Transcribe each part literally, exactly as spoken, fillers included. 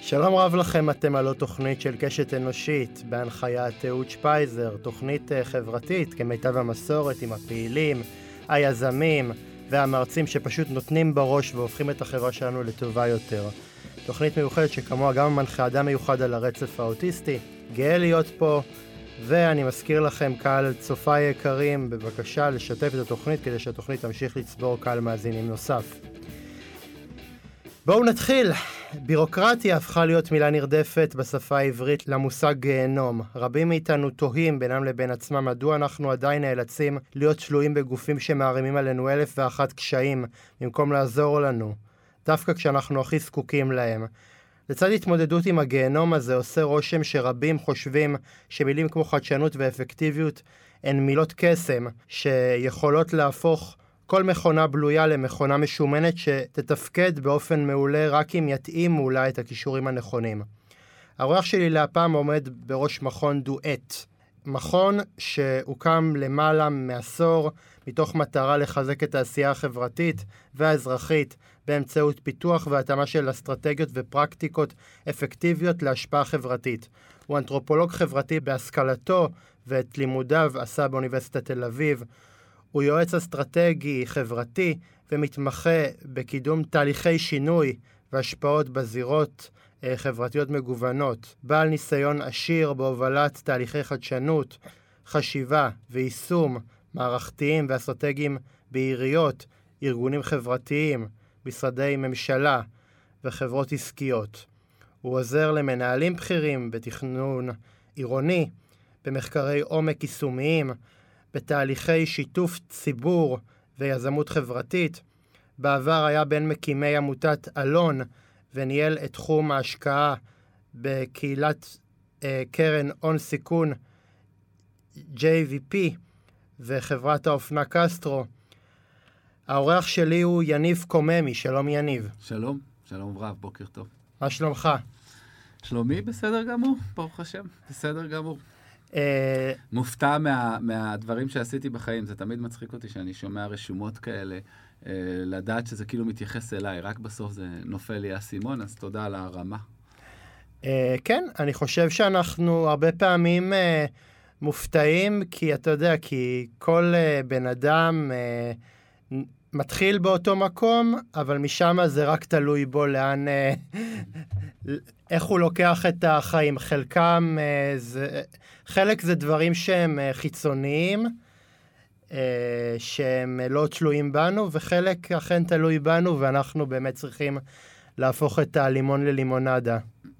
שלום רב לכם, אתם על תוכנית של קשת אנושית, בהנחיית אהוד שפייזר, תוכנית חברתית כמיטב המסורת עם הפעילים, היזמים והמרצים שפשוט נותנים בראש והופכים את החברה שלנו לטובה יותר. תוכנית מיוחדת שכמוה גם מנחה אדם מיוחד על הרצף האוטיסטי, גאה להיות פה, ואני מזכיר לכם קהל צופה יקרים, בבקשה לשתף את התוכנית כדי שהתוכנית תמשיך לצבור קהל מאזינים נוסף. בואו נתחיל. בירוקרטיה הפכה להיות מילה נרדפת בשפה העברית למושג גיהנום. רבים מאיתנו תוהים בינם לבין עצמם מדוע אנחנו עדיין נאלצים להיות תלויים בגופים שמערימים עלינו אלף ואחת קשיים במקום לעזור לנו, דווקא כשאנחנו הכי זקוקים להם. לצד התמודדות עם הגיהנום הזה עושה רושם שרבים חושבים שמילים כמו חדשנות ואפקטיביות הן מילות קסם שיכולות להפוך כל מכונה בלויה למכונה משומנת שתתפקד באופן מעולה רק אם יתאימו אולי את הכישורים הנכונים. האורח שלי להפעם עומד בראש מכון דואט, מכון שהוקם למעלה מעשור מתוך מטרה לחזק את העשייה החברתית והאזרחית באמצעות פיתוח והתאמה של אסטרטגיות ופרקטיקות אפקטיביות להשפעה חברתית. הוא אנתרופולוג חברתי בהשכלתו ואת לימודיו עשה באוניברסיטת תל אביב. הוא יועץ אסטרטגי חברתי ומתמחה בקידום תהליכי שינוי והשפעות בזירות אה, חברתיות מגוונות. בעל ניסיון עשיר בהובלת תהליכי חדשנות, חשיבה ויישום מערכתיים ואסטרטגיים בעיריות, ארגונים חברתיים, משרדי ממשלה וחברות עסקיות. הוא עוזר למנהלים בכירים בתכנון עירוני, במחקרי עומק יישומיים, בתהליכי שיתוף ציבור ויזמות חברתית. בעבר היה בין מקימי עמותת אלון וניהל את תחום ההשקעה בקהילת אה, קרן הון סיכון ג'יי וי פי וחברת האופנה קסטרו. האורח שלי הוא יניב קוממי. שלום יניב. שלום, שלום רב, בוקר טוב. מה שלומך? שלומי בסדר גמור, ברוך השם, בסדר גמור. מופתע מה, מהדברים שעשיתי בחיים, זה תמיד מצחיק אותי שאני שומע רשומות כאלה, לדעת שזה כאילו מתייחס אליי, רק בסוף זה נופל לי הסימון, אז תודה על הרמה. כן, אני חושב שאנחנו הרבה פעמים מופתעים, כי אתה יודע, כי כל בן אדם מתחיל באותו מקום, אבל משם זה רק תלוי בו לאן, איך הוא לוקח את החיים. חלקם, זה, חלק זה דברים שהם חיצוניים, שהם לא תלויים בנו, וחלק אכן תלוי בנו, ואנחנו באמת צריכים להפוך את הלימון ללימונדה.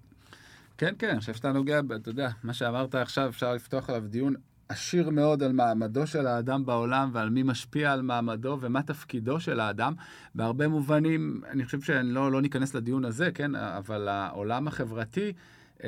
כן, כן, אני חושב שאתה נוגע, אתה יודע, מה שאמרת עכשיו, אפשר לפתוח עליו דיון עשיר מאוד על מעמדו של האדם בעולם, ועל מי משפיע על מעמדו, ומה תפקידו של האדם. בהרבה מובנים, אני חושב שאני לא, לא ניכנס לדיון הזה, כן? אבל העולם החברתי אה,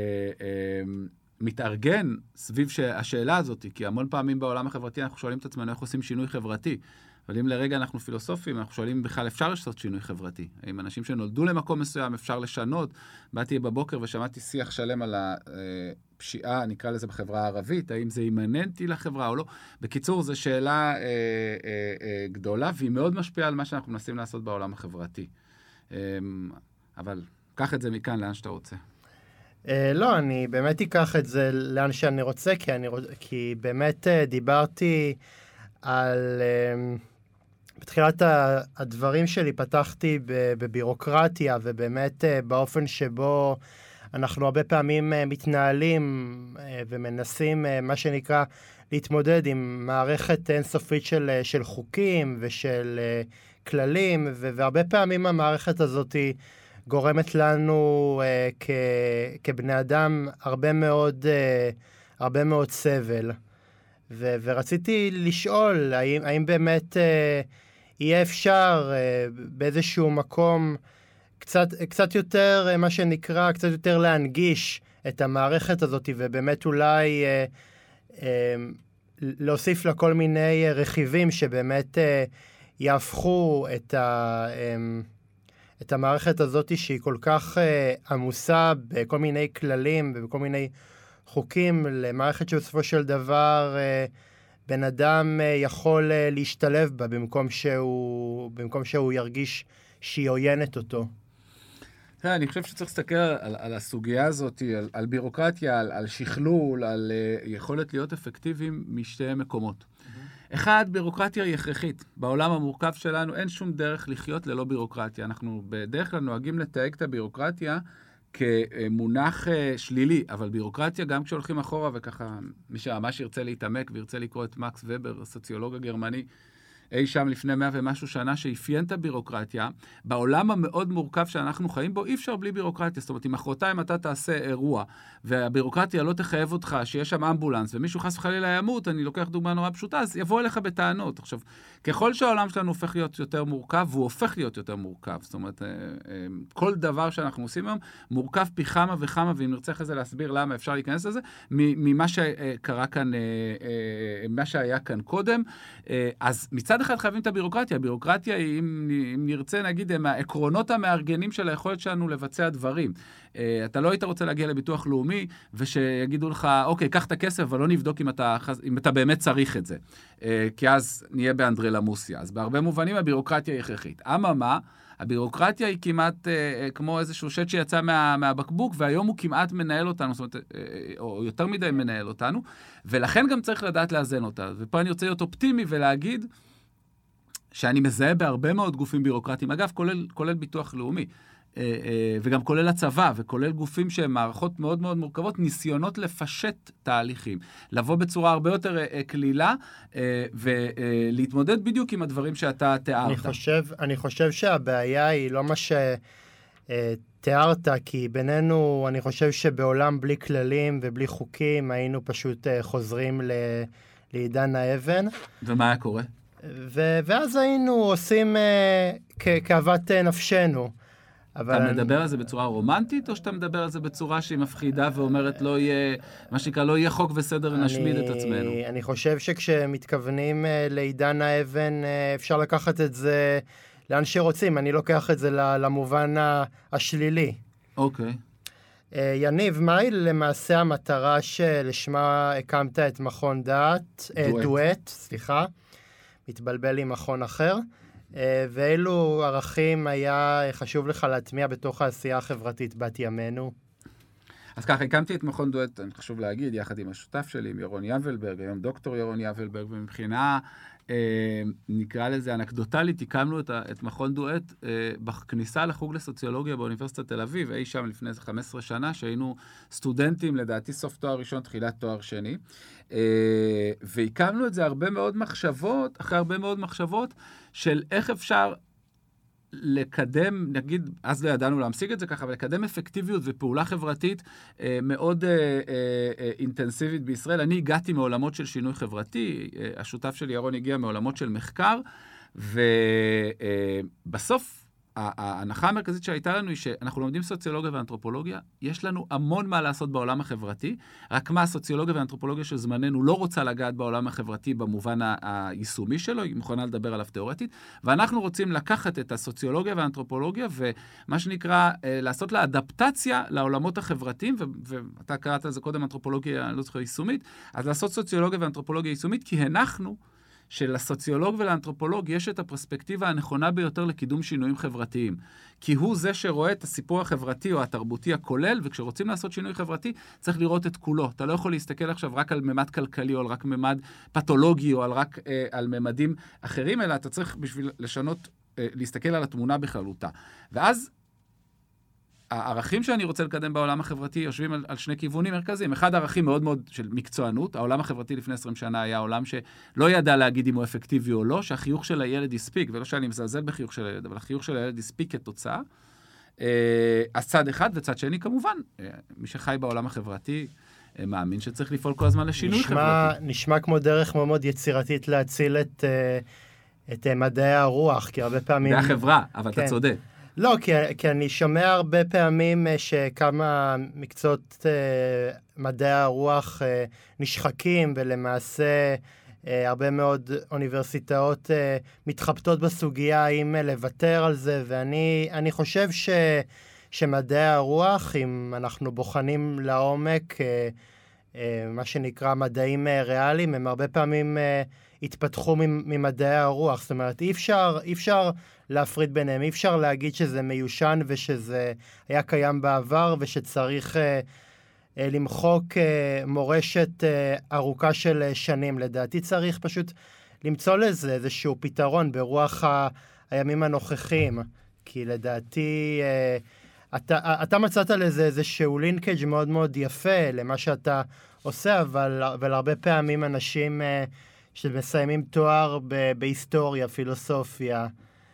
אה, מתארגן סביב השאלה הזאת, כי המון פעמים בעולם החברתי אנחנו שואלים את עצמנו איך עושים שינוי חברתי. אבל אם לרגע אנחנו פילוסופים, אנחנו שואלים בכלל אפשר לעשות שינוי חברתי. האם אנשים שנולדו למקום מסוים אפשר לשנות? באתי בבוקר ושמעתי שיח שלם על הפשיעה, נקרא לזה בחברה הערבית, האם זה אימננטי לחברה או לא. בקיצור, זו שאלה אה, אה, אה, גדולה, והיא מאוד משפיעה על מה שאנחנו מנסים לעשות בעולם החברתי. אה, אבל קח את זה מכאן לאן שאתה רוצה. אה, לא, אני באמת אקח את זה לאן שאני רוצה, כי, אני, כי באמת אה, דיברתי על... אה, בתחילת הדברים שלי פתחתי בבירוקרטיה, ובאמת באופן שבו אנחנו הרבה פעמים מתנהלים ומנסים, מה שנקרא, להתמודד עם מערכת אינסופית של, של חוקים ושל כללים, והרבה פעמים המערכת הזאת גורמת לנו כ, כבני אדם הרבה מאוד, הרבה מאוד סבל. ו, ורציתי לשאול, האם, האם באמת יהיה אפשר באיזשהו מקום קצת, קצת יותר, מה שנקרא, קצת יותר להנגיש את המערכת הזאת, ובאמת אולי אה, אה, להוסיף לה כל מיני רכיבים שבאמת אה, יהפכו את, ה, אה, את המערכת הזאת שהיא כל כך אה, עמוסה בכל מיני כללים ובכל מיני חוקים, למערכת שבסופו של דבר אה, בן אדם יכול להשתלב בה במקום שהוא, במקום שהוא ירגיש שהיא עוינת אותו. אני חושב שצריך להסתכל על, על הסוגיה הזאת, על, על בירוקרטיה, על, על שכלול, על uh, יכולת להיות אפקטיביים משתי מקומות. Mm-hmm. אחד, בירוקרטיה היא הכרחית. בעולם המורכב שלנו אין שום דרך לחיות ללא בירוקרטיה. אנחנו בדרך כלל נוהגים לתייג את הבירוקרטיה כמונח uh, שלילי, אבל בירוקרטיה, גם כשהולכים אחורה, וככה מי שממש ירצה להתעמק וירצה לקרוא את מקס ובר, הסוציולוג הגרמני, אי שם לפני מאה ומשהו שנה שאפיין את הבירוקרטיה, בעולם המאוד מורכב שאנחנו חיים בו, אי אפשר בלי בירוקרטיה. זאת אומרת, אם אחרותיים אתה תעשה אירוע, והבירוקרטיה לא תחייב אותך שיש שם אמבולנס, ומישהו חס וחלילה ימות, אני לוקח דוגמה נורא פשוטה, אז יבוא אליך בטענות. עכשיו, ככל שהעולם שלנו הופך להיות יותר מורכב, והוא הופך להיות יותר מורכב. זאת אומרת, כל דבר שאנחנו עושים היום, מורכב פי כמה וכמה, ואם נרצה אחרי זה להסביר למה אפשר להיכנס לזה, ממה שקרה כאן, מה שהיה כאן קודם. אז מצד אחד חייבים את הבירוקרטיה. הבירוקרטיה היא, אם, אם נרצה, נגיד, הם העקרונות המארגנים של היכולת שלנו לבצע דברים. Uh, אתה לא היית רוצה להגיע לביטוח לאומי, ושיגידו לך, אוקיי, קח את הכסף, אבל לא נבדוק אם אתה, אם אתה באמת צריך את זה. Uh, כי אז נהיה באנדרלמוסיה. אז בהרבה מובנים הבירוקרטיה היא הכרחית. אממה, הבירוקרטיה היא כמעט uh, כמו איזשהו שט שיצא מה, מהבקבוק, והיום הוא כמעט מנהל אותנו, זאת אומרת, uh, או יותר מדי מנהל אותנו, ולכן גם צריך לדעת לאזן אותה. ופה אני רוצה להיות אופטימי ולהגיד, שאני מזהה בהרבה מאוד גופים בירוקרטיים, אגב, כולל, כולל ביטוח לאומי, וגם כולל הצבא, וכולל גופים שהם מערכות מאוד מאוד מורכבות, ניסיונות לפשט תהליכים, לבוא בצורה הרבה יותר כלילה, ולהתמודד בדיוק עם הדברים שאתה תיארת. אני חושב, אני חושב שהבעיה היא לא מה שתיארת, כי בינינו, אני חושב שבעולם בלי כללים ובלי חוקים, היינו פשוט חוזרים ל... לעידן האבן. ומה היה קורה? ו- ואז היינו עושים uh, כ- כאוות נפשנו. אתה אני... מדבר על זה בצורה רומנטית, או שאתה מדבר על זה בצורה שהיא מפחידה ואומרת לא יהיה, מה שנקרא, לא יהיה חוק וסדר ונשמיד את עצמנו? אני חושב שכשמתכוונים uh, לעידן האבן, uh, אפשר לקחת את זה לאן שרוצים. אני לוקח את זה למובן השלילי. אוקיי. Uh, יניב, מהי למעשה המטרה שלשמה הקמת את מכון דעת? דואט. Uh, דואט, סליחה. מתבלבל עם מכון אחר, ואילו ערכים היה חשוב לך להטמיע בתוך העשייה החברתית בת ימינו? אז ככה, הקמתי את מכון דואט, אני חשוב להגיד, יחד עם השותף שלי, עם ירון יבלברג, היום דוקטור ירון יבלברג, ומבחינה, אה, נקרא לזה אנקדוטלית, הקמנו את, את מכון דואט אה, בכניסה לחוג לסוציולוגיה באוניברסיטת תל אביב, אי שם לפני איזה חמש עשרה שנה, שהיינו סטודנטים, לדעתי סוף תואר ראשון, תחילת תואר שני, אה, והקמנו את זה הרבה מאוד מחשבות, אחרי הרבה מאוד מחשבות, של איך אפשר לקדם, נגיד, אז לא ידענו להמשיג את זה ככה, אבל לקדם אפקטיביות ופעולה חברתית אה, מאוד אה, אה, אינטנסיבית בישראל. אני הגעתי מעולמות של שינוי חברתי, אה, השותף שלי ירון הגיע מעולמות של מחקר, ובסוף, אה, ההנחה המרכזית שהייתה לנו היא שאנחנו לומדים סוציולוגיה ואנתרופולוגיה, יש לנו המון מה לעשות בעולם החברתי, רק מה הסוציולוגיה ואנתרופולוגיה של זמננו לא רוצה לגעת בעולם החברתי במובן היישומי שלו, היא מוכנה לדבר עליו תיאורטית, ואנחנו רוצים לקחת את הסוציולוגיה והאנתרופולוגיה, ומה שנקרא, לעשות לה אדפטציה לעולמות החברתיים, ואתה קראת על זה קודם אנתרופולוגיה, אני לא זוכר, יישומית, אז לעשות סוציולוגיה ואנתרופולוגיה יישומית, כי הנחנו שלסוציולוג ולאנתרופולוג יש את הפרספקטיבה הנכונה ביותר לקידום שינויים חברתיים. כי הוא זה שרואה את הסיפור החברתי או התרבותי הכולל, וכשרוצים לעשות שינוי חברתי, צריך לראות את כולו. אתה לא יכול להסתכל עכשיו רק על ממד כלכלי, או על רק ממד פתולוגי, או על רק אה, על ממדים אחרים, אלא אתה צריך בשביל לשנות, אה, להסתכל על התמונה בכללותה. ואז, הערכים שאני רוצה לקדם בעולם החברתי יושבים על, על שני כיוונים מרכזיים. אחד, ערכים מאוד מאוד של מקצוענות. העולם החברתי לפני עשרים שנה היה עולם שלא ידע להגיד אם הוא אפקטיבי או לא, שהחיוך של הילד הספיק, ולא שאני מזלזל בחיוך של הילד, אבל החיוך של הילד הספיק כתוצאה. אז צד אחד וצד שני, כמובן, מי שחי בעולם החברתי מאמין שצריך לפעול כל הזמן לשינוי נשמע, חברתי. נשמע כמו דרך מאוד מאוד יצירתית להציל את, את מדעי הרוח, כי הרבה פעמים... מדעי החברה, אבל כן. אתה צודק. לא, כי, כי אני שומע הרבה פעמים שכמה מקצועות אה, מדעי הרוח אה, נשחקים, ולמעשה אה, הרבה מאוד אוניברסיטאות אה, מתחבטות בסוגיה האם לוותר על זה, ואני אני חושב ש, שמדעי הרוח, אם אנחנו בוחנים לעומק, אה, מה שנקרא מדעים ריאליים, הם הרבה פעמים התפתחו ממדעי הרוח. זאת אומרת, אי אפשר, אי אפשר להפריד ביניהם, אי אפשר להגיד שזה מיושן ושזה היה קיים בעבר ושצריך למחוק מורשת ארוכה של שנים. לדעתי צריך פשוט למצוא לזה איזשהו פתרון ברוח הימים הנוכחיים, כי לדעתי אתה, אתה מצאת לזה איזשהו לינקג' מאוד מאוד יפה למה שאתה עושה, אבל, אבל הרבה פעמים אנשים שמסיימים תואר ב, בהיסטוריה, פילוסופיה,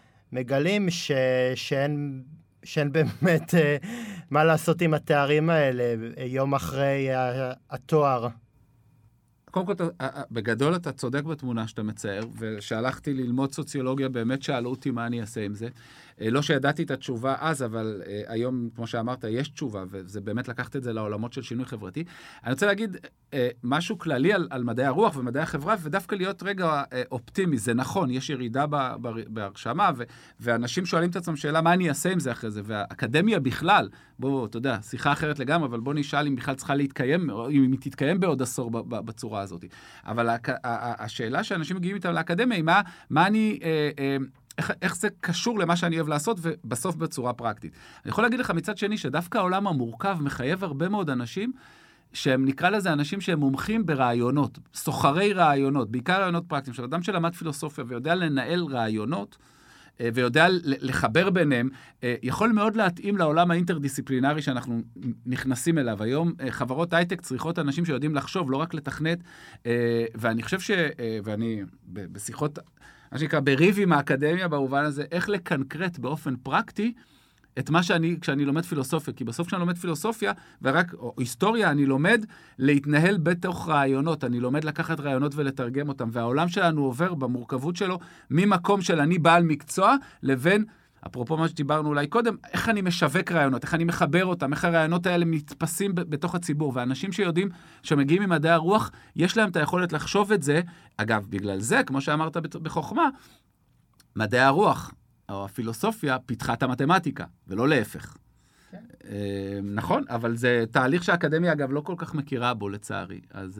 מגלים ש, שאין, שאין באמת מה לעשות עם התארים האלה יום אחרי התואר. קודם כל, בגדול אתה צודק בתמונה שאתה מצייר, ושהלכתי ללמוד סוציולוגיה, באמת שאלו אותי מה אני אעשה עם זה. לא שידעתי את התשובה אז, אבל היום, כמו שאמרת, יש תשובה, וזה באמת לקחת את זה לעולמות של שינוי חברתי. אני רוצה להגיד משהו כללי על, על מדעי הרוח ומדעי החברה, ודווקא להיות רגע אופטימי. זה נכון, יש ירידה בהרשמה, ו, ואנשים שואלים את עצמם שאלה, מה אני אעשה עם זה אחרי זה? והאקדמיה בכלל, בוא, אתה יודע, שיחה אחרת לגמרי, אבל בוא נשאל אם בכלל צריכה להתקיים, או אם היא תתקיים בעוד עשור בצורה הזאת. אבל השאלה שאנשים מגיעים איתם לאקדמיה היא מה, מה אני... איך, איך זה קשור למה שאני אוהב לעשות, ובסוף בצורה פרקטית. אני יכול להגיד לך מצד שני, שדווקא העולם המורכב מחייב הרבה מאוד אנשים, שהם נקרא לזה אנשים שהם מומחים ברעיונות, סוחרי רעיונות, בעיקר רעיונות פרקטיים. של אדם שלמד פילוסופיה ויודע לנהל רעיונות, ויודע לחבר ביניהם, יכול מאוד להתאים לעולם האינטרדיסציפלינרי שאנחנו נכנסים אליו. היום חברות הייטק צריכות אנשים שיודעים לחשוב, לא רק לתכנת, ואני חושב ש... ואני בשיחות... מה שנקרא, בריב עם האקדמיה במובן הזה, איך לקנקרט באופן פרקטי את מה שאני, כשאני לומד פילוסופיה, כי בסוף כשאני לומד פילוסופיה, ורק, או היסטוריה, אני לומד להתנהל בתוך רעיונות, אני לומד לקחת רעיונות ולתרגם אותם, והעולם שלנו עובר במורכבות שלו, ממקום של אני בעל מקצוע, לבין, אפרופו מה שדיברנו אולי קודם, איך אני משווק רעיונות, איך אני מחבר אותם, איך הרעיונות האלה מתפסים בתוך הציבור, ואנשים שיודעים שמגיעים ממדעי הרוח, יש להם את היכולת לחשוב את זה, אגב, בגלל זה, כמו שאמרת בחוכמה, מדעי הרוח, או הפילוסופיה, פיתחה את המתמטיקה, ולא להפך. כן. נכון, אבל זה תהליך שהאקדמיה, אגב, לא כל כך מכירה בו, לצערי. אז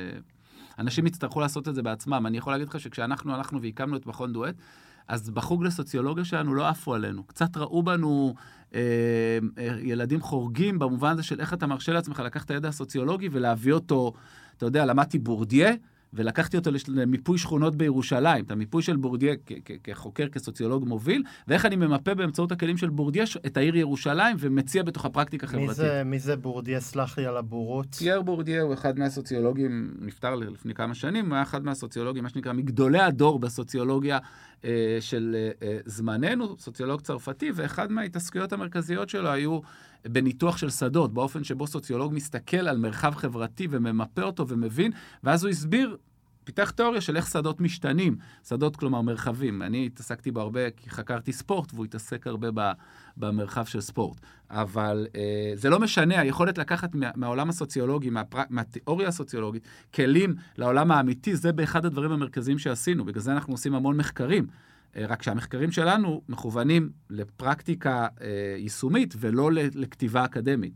אנשים יצטרכו לעשות את זה בעצמם. אני יכול להגיד לך שכשאנחנו הלכנו והקמנו את מכון דואט, אז בחוג לסוציולוגיה שלנו לא עפו עלינו. קצת ראו בנו אה, אה, ילדים חורגים, במובן הזה של איך אתה מרשה לעצמך לקחת את הידע הסוציולוגי ולהביא אותו, אתה יודע, למדתי בורדיה, ולקחתי אותו למיפוי שכונות בירושלים, את המיפוי של בורדיה כחוקר, כסוציולוג מוביל, ואיך אני ממפה באמצעות הכלים של בורדיה את העיר ירושלים, ומציע בתוך הפרקטיקה חברתית. מי זה, מי זה בורדיה? סלח לי על הבורות. פייר בורדיה הוא אחד מהסוציולוגים, נפטר לפני כמה שנים, הוא היה אחד מהסוציולוגים, מה שנקרא, מגדולי הדור בסוציולוגיה אה, של אה, זמננו, סוציולוג צרפתי, ואחד מההתעסקויות המרכזיות שלו היו בניתוח של שדות, באופן שבו סוציולוג מסתכל על מרחב חברתי וממפה אותו ומבין, ואז הוא הסביר, פיתח תיאוריה של איך שדות משתנים, שדות כלומר מרחבים. אני התעסקתי בו הרבה כי חקרתי ספורט, והוא התעסק הרבה במרחב של ספורט. אבל אה, זה לא משנה, היכולת לקחת מה, מהעולם הסוציולוגי, מהפר... מהתיאוריה הסוציולוגית, כלים לעולם האמיתי, זה באחד הדברים המרכזיים שעשינו. בגלל זה אנחנו עושים המון מחקרים. רק שהמחקרים שלנו מכוונים לפרקטיקה אה, יישומית ולא לכתיבה אקדמית.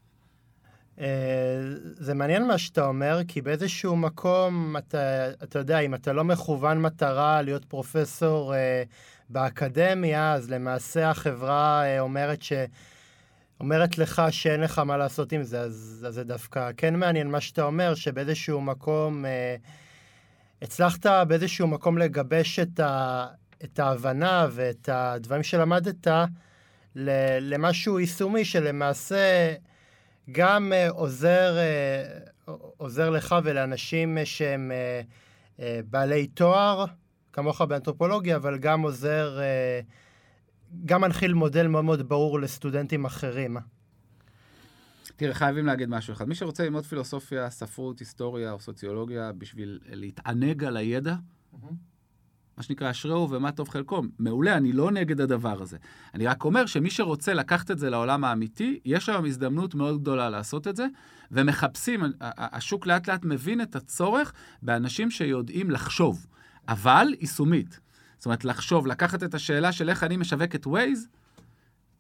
זה מעניין מה שאתה אומר, כי באיזשהו מקום, אתה, אתה יודע, אם אתה לא מכוון מטרה להיות פרופסור אה, באקדמיה, אז למעשה החברה אה, אומרת, ש, אומרת לך שאין לך מה לעשות עם זה, אז, אז זה דווקא כן מעניין מה שאתה אומר, שבאיזשהו מקום, אה, הצלחת באיזשהו מקום לגבש את ה... את ההבנה ואת הדברים שלמדת למשהו יישומי שלמעשה גם עוזר, עוזר לך ולאנשים שהם בעלי תואר, כמוך באנתרופולוגיה, אבל גם עוזר, גם מנחיל מודל מאוד מאוד ברור לסטודנטים אחרים. תראה, חייבים להגיד משהו אחד. מי שרוצה ללמוד פילוסופיה, ספרות, היסטוריה או סוציולוגיה בשביל להתענג על הידע, מה שנקרא אשריהו ומה טוב חלקו. מעולה, אני לא נגד הדבר הזה. אני רק אומר שמי שרוצה לקחת את זה לעולם האמיתי, יש היום הזדמנות מאוד גדולה לעשות את זה, ומחפשים, השוק לאט לאט מבין את הצורך באנשים שיודעים לחשוב, אבל יישומית. זאת אומרת, לחשוב, לקחת את השאלה של איך אני משווק את ווייז,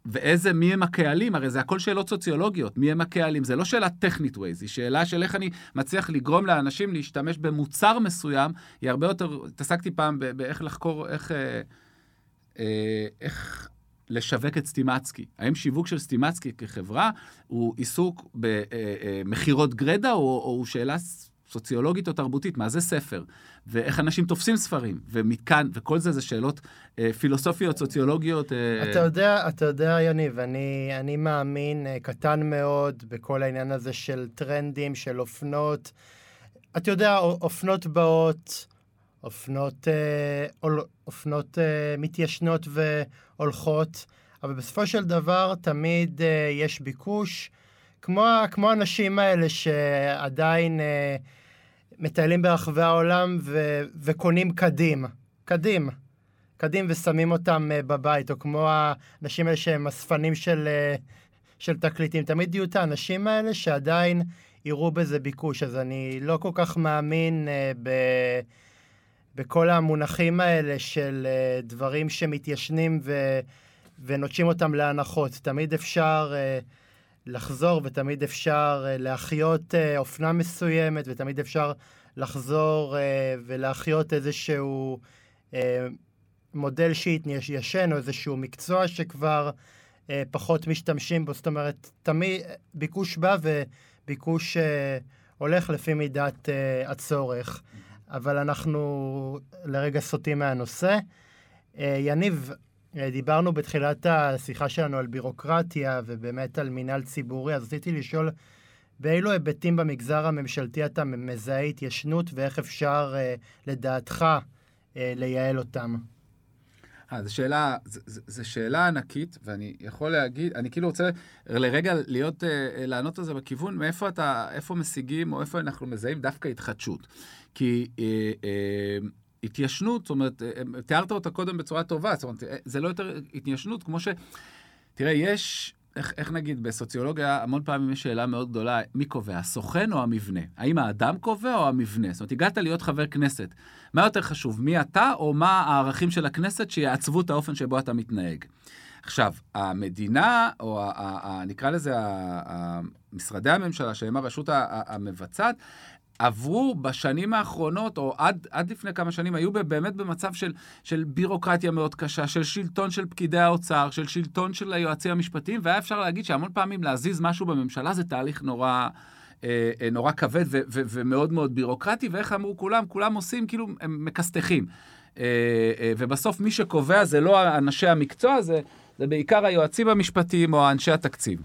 ואיזה, מי הם הקהלים? הרי זה הכל שאלות סוציולוגיות. מי הם הקהלים? זה לא שאלה טכנית ווייז, היא שאלה של איך אני מצליח לגרום לאנשים להשתמש במוצר מסוים, היא הרבה יותר, התעסקתי פעם באיך לחקור, איך, אה, אה, איך לשווק את סטימצקי. האם שיווק של סטימצקי כחברה הוא עיסוק במחירות גרדה, או, או שאלה סוציולוגית או תרבותית? מה זה ספר? ואיך אנשים תופסים ספרים? ומכאן, וכל זה זה שאלות אה, פילוסופיות, סוציולוגיות. אה... אתה יודע, אתה יודע, יניב, אני, אני מאמין אה, קטן מאוד בכל העניין הזה של טרנדים, של אופנות. אתה יודע, אופנות באות, אופנות, אה, אופנות אה, מתיישנות והולכות, אבל בסופו של דבר תמיד אה, יש ביקוש, כמו, כמו האנשים האלה שעדיין אה, מטיילים ברחבי העולם ו, וקונים קדים, קדים, קדים ושמים אותם אה, בבית, או כמו האנשים האלה שהם אספנים של, אה, של תקליטים. תמיד יהיו את האנשים האלה שעדיין יראו בזה ביקוש, אז אני לא כל כך מאמין אה, ב... בכל המונחים האלה של uh, דברים שמתיישנים ו... ונוטשים אותם להנחות. תמיד אפשר uh, לחזור ותמיד אפשר uh, להחיות uh, אופנה מסוימת, ותמיד אפשר לחזור uh, ולהחיות איזשהו uh, מודל שישן, או איזשהו מקצוע שכבר uh, פחות משתמשים בו. זאת אומרת, תמיד ביקוש בא וביקוש uh, הולך לפי מידת uh, הצורך. אבל אנחנו לרגע סוטים מהנושא. יניב, דיברנו בתחילת השיחה שלנו על בירוקרטיה ובאמת על מינהל ציבורי, אז רציתי לשאול באילו היבטים במגזר הממשלתי אתה מזהה התיישנות ואיך אפשר לדעתך לייעל אותם? זו שאלה, זו שאלה ענקית, ואני יכול להגיד, אני כאילו רוצה לרגע להיות, לענות על זה בכיוון, מאיפה אתה, איפה משיגים או איפה אנחנו מזהים דווקא התחדשות. כי אה, אה, התיישנות, זאת אומרת, אה, תיארת אותה קודם בצורה טובה, זאת אומרת, זה לא יותר התיישנות, כמו ש... תראה, יש, איך, איך נגיד, בסוציולוגיה, המון פעמים יש שאלה מאוד גדולה, מי קובע, הסוכן או המבנה? האם האדם קובע או המבנה? זאת אומרת, הגעת להיות חבר כנסת. מה יותר חשוב, מי אתה או מה הערכים של הכנסת שיעצבו את האופן שבו אתה מתנהג? עכשיו, המדינה, או ה, ה, ה, נקרא לזה, ה, ה, משרדי הממשלה, שהם הרשות המבצעת, עברו בשנים האחרונות, או עד, עד לפני כמה שנים, היו באמת במצב של, של בירוקרטיה מאוד קשה, של שלטון של פקידי האוצר, של שלטון של היועצים המשפטיים, והיה אפשר להגיד שהמון פעמים להזיז משהו בממשלה זה תהליך נורא, אה, נורא כבד ו- ו- ומאוד מאוד בירוקרטי, ואיך אמרו כולם? כולם עושים, כאילו, הם מקסתחים. אה, אה, ובסוף מי שקובע זה לא אנשי המקצוע, זה, זה בעיקר היועצים המשפטיים או אנשי התקציב.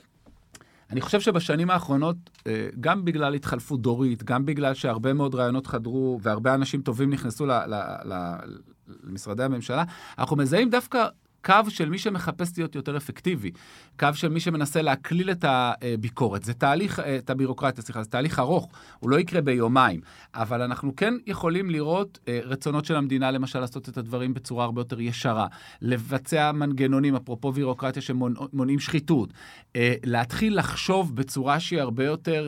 אני חושב שבשנים האחרונות, גם בגלל התחלפות דורית, גם בגלל שהרבה מאוד רעיונות חדרו, והרבה אנשים טובים נכנסו ל- ל- ל- למשרדי הממשלה, אנחנו מזהים דווקא קו של מי שמחפש להיות יותר אפקטיבי, קו של מי שמנסה להקליל את הביקורת. זה תהליך, את הבירוקרטיה, סליחה, זה תהליך ארוך, הוא לא יקרה ביומיים, אבל אנחנו כן יכולים לראות רצונות של המדינה, למשל, לעשות את הדברים בצורה הרבה יותר ישרה, לבצע מנגנונים, אפרופו בירוקרטיה שמונעים שחיתות, להתחיל לחשוב בצורה שהיא הרבה יותר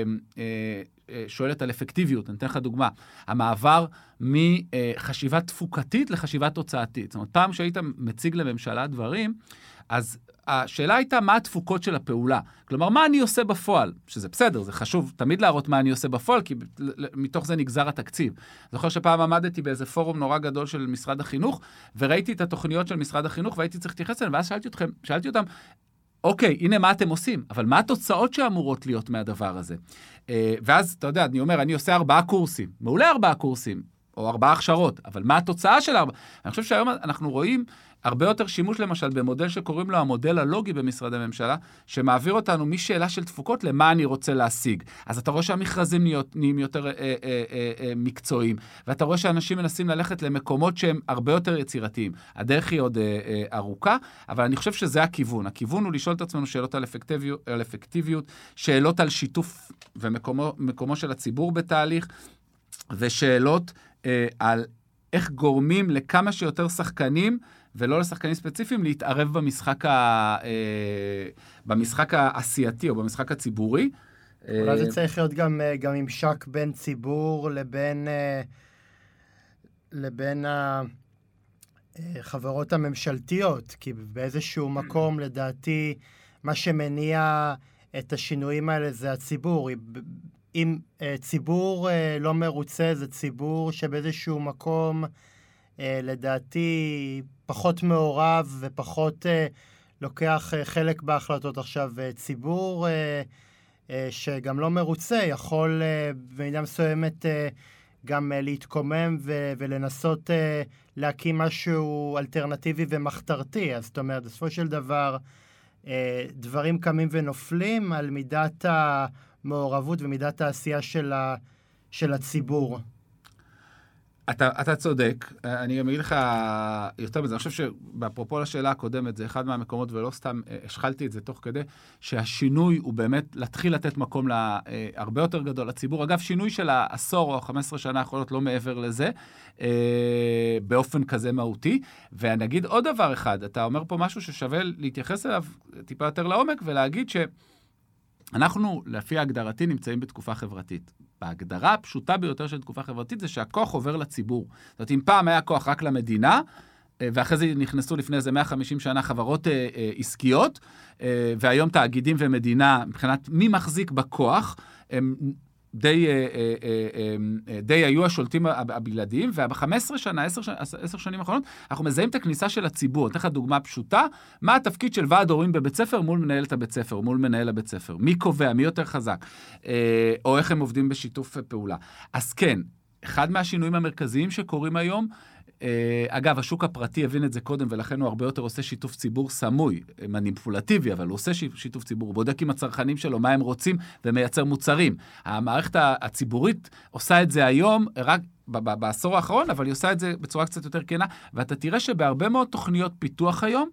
שואלת על אפקטיביות. אני אתן לך דוגמה. המעבר מחשיבה תפוקתית לחשיבה תוצאתית. זאת אומרת, פעם שהיית מציג לממשלה דברים, אז השאלה הייתה מה התפוקות של הפעולה. כלומר, מה אני עושה בפועל? שזה בסדר, זה חשוב תמיד להראות מה אני עושה בפועל, כי מתוך זה נגזר התקציב. זוכר שפעם עמדתי באיזה פורום נורא גדול של משרד החינוך, וראיתי את התוכניות של משרד החינוך, והייתי צריך להתייחס אליהן, ואז שאלתי אתכם, שאלתי אותם, אוקיי, הנה מה אתם עושים, אבל מה התוצאות שאמורות להיות מהדבר הזה? ואז, אתה יודע, אני אומר, אני עושה ארבעה קורסים, מעולה ארבעה קורסים, או ארבעה הכשרות, אבל מה התוצאה של ארבעה? אני חושב שהיום אנחנו רואים הרבה יותר שימוש, למשל, במודל שקוראים לו המודל הלוגי במשרדי הממשלה, שמעביר אותנו משאלה של תפוקות למה אני רוצה להשיג. אז אתה רואה שהמכרזים נהיים יותר אה, אה, אה, אה, מקצועיים, ואתה רואה שאנשים מנסים ללכת למקומות שהם הרבה יותר יצירתיים. הדרך היא עוד אה, אה, ארוכה, אבל אני חושב שזה הכיוון. הכיוון הוא לשאול את עצמנו שאלות על אפקטיביות, על אפקטיביות, שאלות על שיתוף ומקומו מקומו של הציבור בתהליך, ושאלות אה, על איך גורמים לכמה שיותר שחקנים, ולא לשחקנים ספציפיים, להתערב במשחק, ה, אה, במשחק העשייתי או במשחק הציבורי. אולי זה צריך להיות גם, גם ממשק בין ציבור לבין, לבין החברות הממשלתיות, כי באיזשהו מקום, לדעתי, מה שמניע את השינויים האלה זה הציבור. אם ציבור לא מרוצה, זה ציבור שבאיזשהו מקום, לדעתי, פחות מעורב ופחות לוקח חלק בהחלטות. עכשיו, ציבור שגם לא מרוצה יכול במידה מסוימת גם להתקומם ו- ולנסות להקים משהו אלטרנטיבי ומחתרתי. אז זאת אומרת, בסופו של דבר, דברים קמים ונופלים על מידת המעורבות ומידת העשייה של, ה- של הציבור. אתה, אתה צודק, אני גם אגיד לך יותר מזה, אני חושב שבאפרופו לשאלה הקודמת, זה אחד מהמקומות, ולא סתם השחלתי את זה תוך כדי, שהשינוי הוא באמת להתחיל לתת מקום להרבה יותר גדול לציבור. אגב, שינוי של העשור או חמש עשרה שנה יכולות לא מעבר לזה, באופן כזה מהותי. ואני אגיד עוד דבר אחד, אתה אומר פה משהו ששווה להתייחס אליו טיפה יותר לעומק, ולהגיד ש... אנחנו, לפי ההגדרתי, נמצאים בתקופה חברתית. בהגדרה הפשוטה ביותר של תקופה חברתית זה שהכוח עובר לציבור. זאת אומרת, אם פעם היה כוח רק למדינה, ואחרי זה נכנסו לפני איזה מאה וחמישים שנה חברות אה, אה, עסקיות, אה, והיום תאגידים ומדינה, מבחינת מי מחזיק בכוח, הם די, אה, אה, אה, די היו השולטים הבלעדיים, וב-חמש עשרה שנה, עשר שנים האחרונות, אנחנו מזהים את הכניסה של הציבור. אתן לך דוגמה פשוטה, מה התפקיד של ועד הורים בבית ספר מול מנהלת הבית ספר, מול מנהל הבית ספר? מי קובע, מי יותר חזק? אה, או איך הם עובדים בשיתוף פעולה. אז כן, אחד מהשינויים המרכזיים שקורים היום, אגב, השוק הפרטי הבין את זה קודם, ולכן הוא הרבה יותר עושה שיתוף ציבור סמוי, מניפולטיבי, אבל הוא עושה שיתוף ציבור, הוא בודק עם הצרכנים שלו מה הם רוצים ומייצר מוצרים. המערכת הציבורית עושה את זה היום, רק בעשור האחרון, אבל היא עושה את זה בצורה קצת יותר כנה, ואתה תראה שבהרבה מאוד תוכניות פיתוח היום,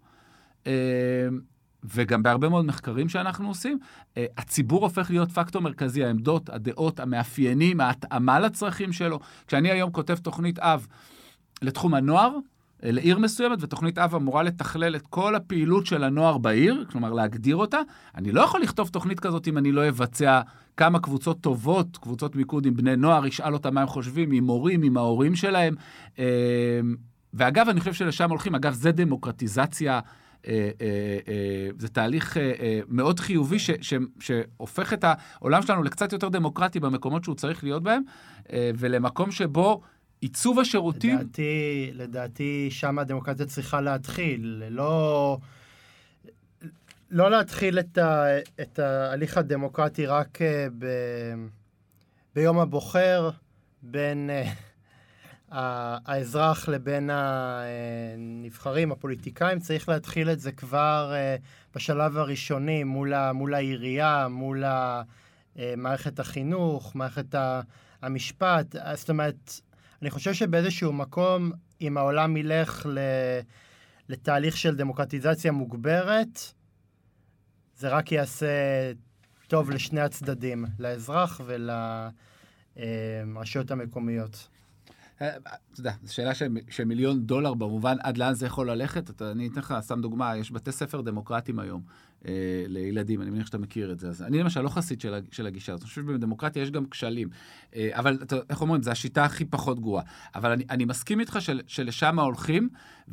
וגם בהרבה מאוד מחקרים שאנחנו עושים, הציבור הופך להיות פקטור מרכזי, העמדות, הדעות, המאפיינים, ההתאמה לצרכים שלו. כשאני היום כותב תוכנית אב, לתחום הנוער, לעיר מסוימת, ותוכנית אב אמורה לתכלל את כל הפעילות של הנוער בעיר, כלומר להגדיר אותה. אני לא יכול לכתוב תוכנית כזאת אם אני לא אבצע כמה קבוצות טובות, קבוצות מיקוד עם בני נוער, ישאל אותם מה הם חושבים, עם מורים, עם ההורים שלהם. ואגב, אני חושב שלשם הולכים, אגב, זה דמוקרטיזציה, זה תהליך מאוד חיובי ש, ש, שהופך את העולם שלנו לקצת יותר דמוקרטי במקומות שהוא צריך להיות בהם, ולמקום שבו עיצוב השירותים... לדעתי, לדעתי שם הדמוקרטיה צריכה להתחיל, לא, לא להתחיל את, ה, את ההליך הדמוקרטי רק ב, ביום הבוחר, בין uh, האזרח לבין הנבחרים, הפוליטיקאים. צריך להתחיל את זה כבר uh, בשלב הראשוני, מול, ה, מול העירייה, מול ה, uh, מערכת החינוך, מערכת המשפט. זאת אומרת, אני חושב שבאיזשהו מקום, אם העולם ילך לתהליך של דמוקרטיזציה מוגברת, זה רק יעשה טוב לשני הצדדים, לאזרח ולרשויות המקומיות. אתה יודע, זו שאלה של מיליון דולר במובן, עד לאן זה יכול ללכת. אני אתן לך, שם דוגמה, יש בתי ספר דמוקרטיים היום אה, לילדים, אני מניח שאתה מכיר את זה. אז אני למשל לא חסיד של, של הגישה, אני חושב שבדמוקרטיה יש גם כשלים. אה, אבל אתה, איך אומרים, זו השיטה הכי פחות גרועה. אבל אני, אני מסכים איתך של, שלשם הולכים,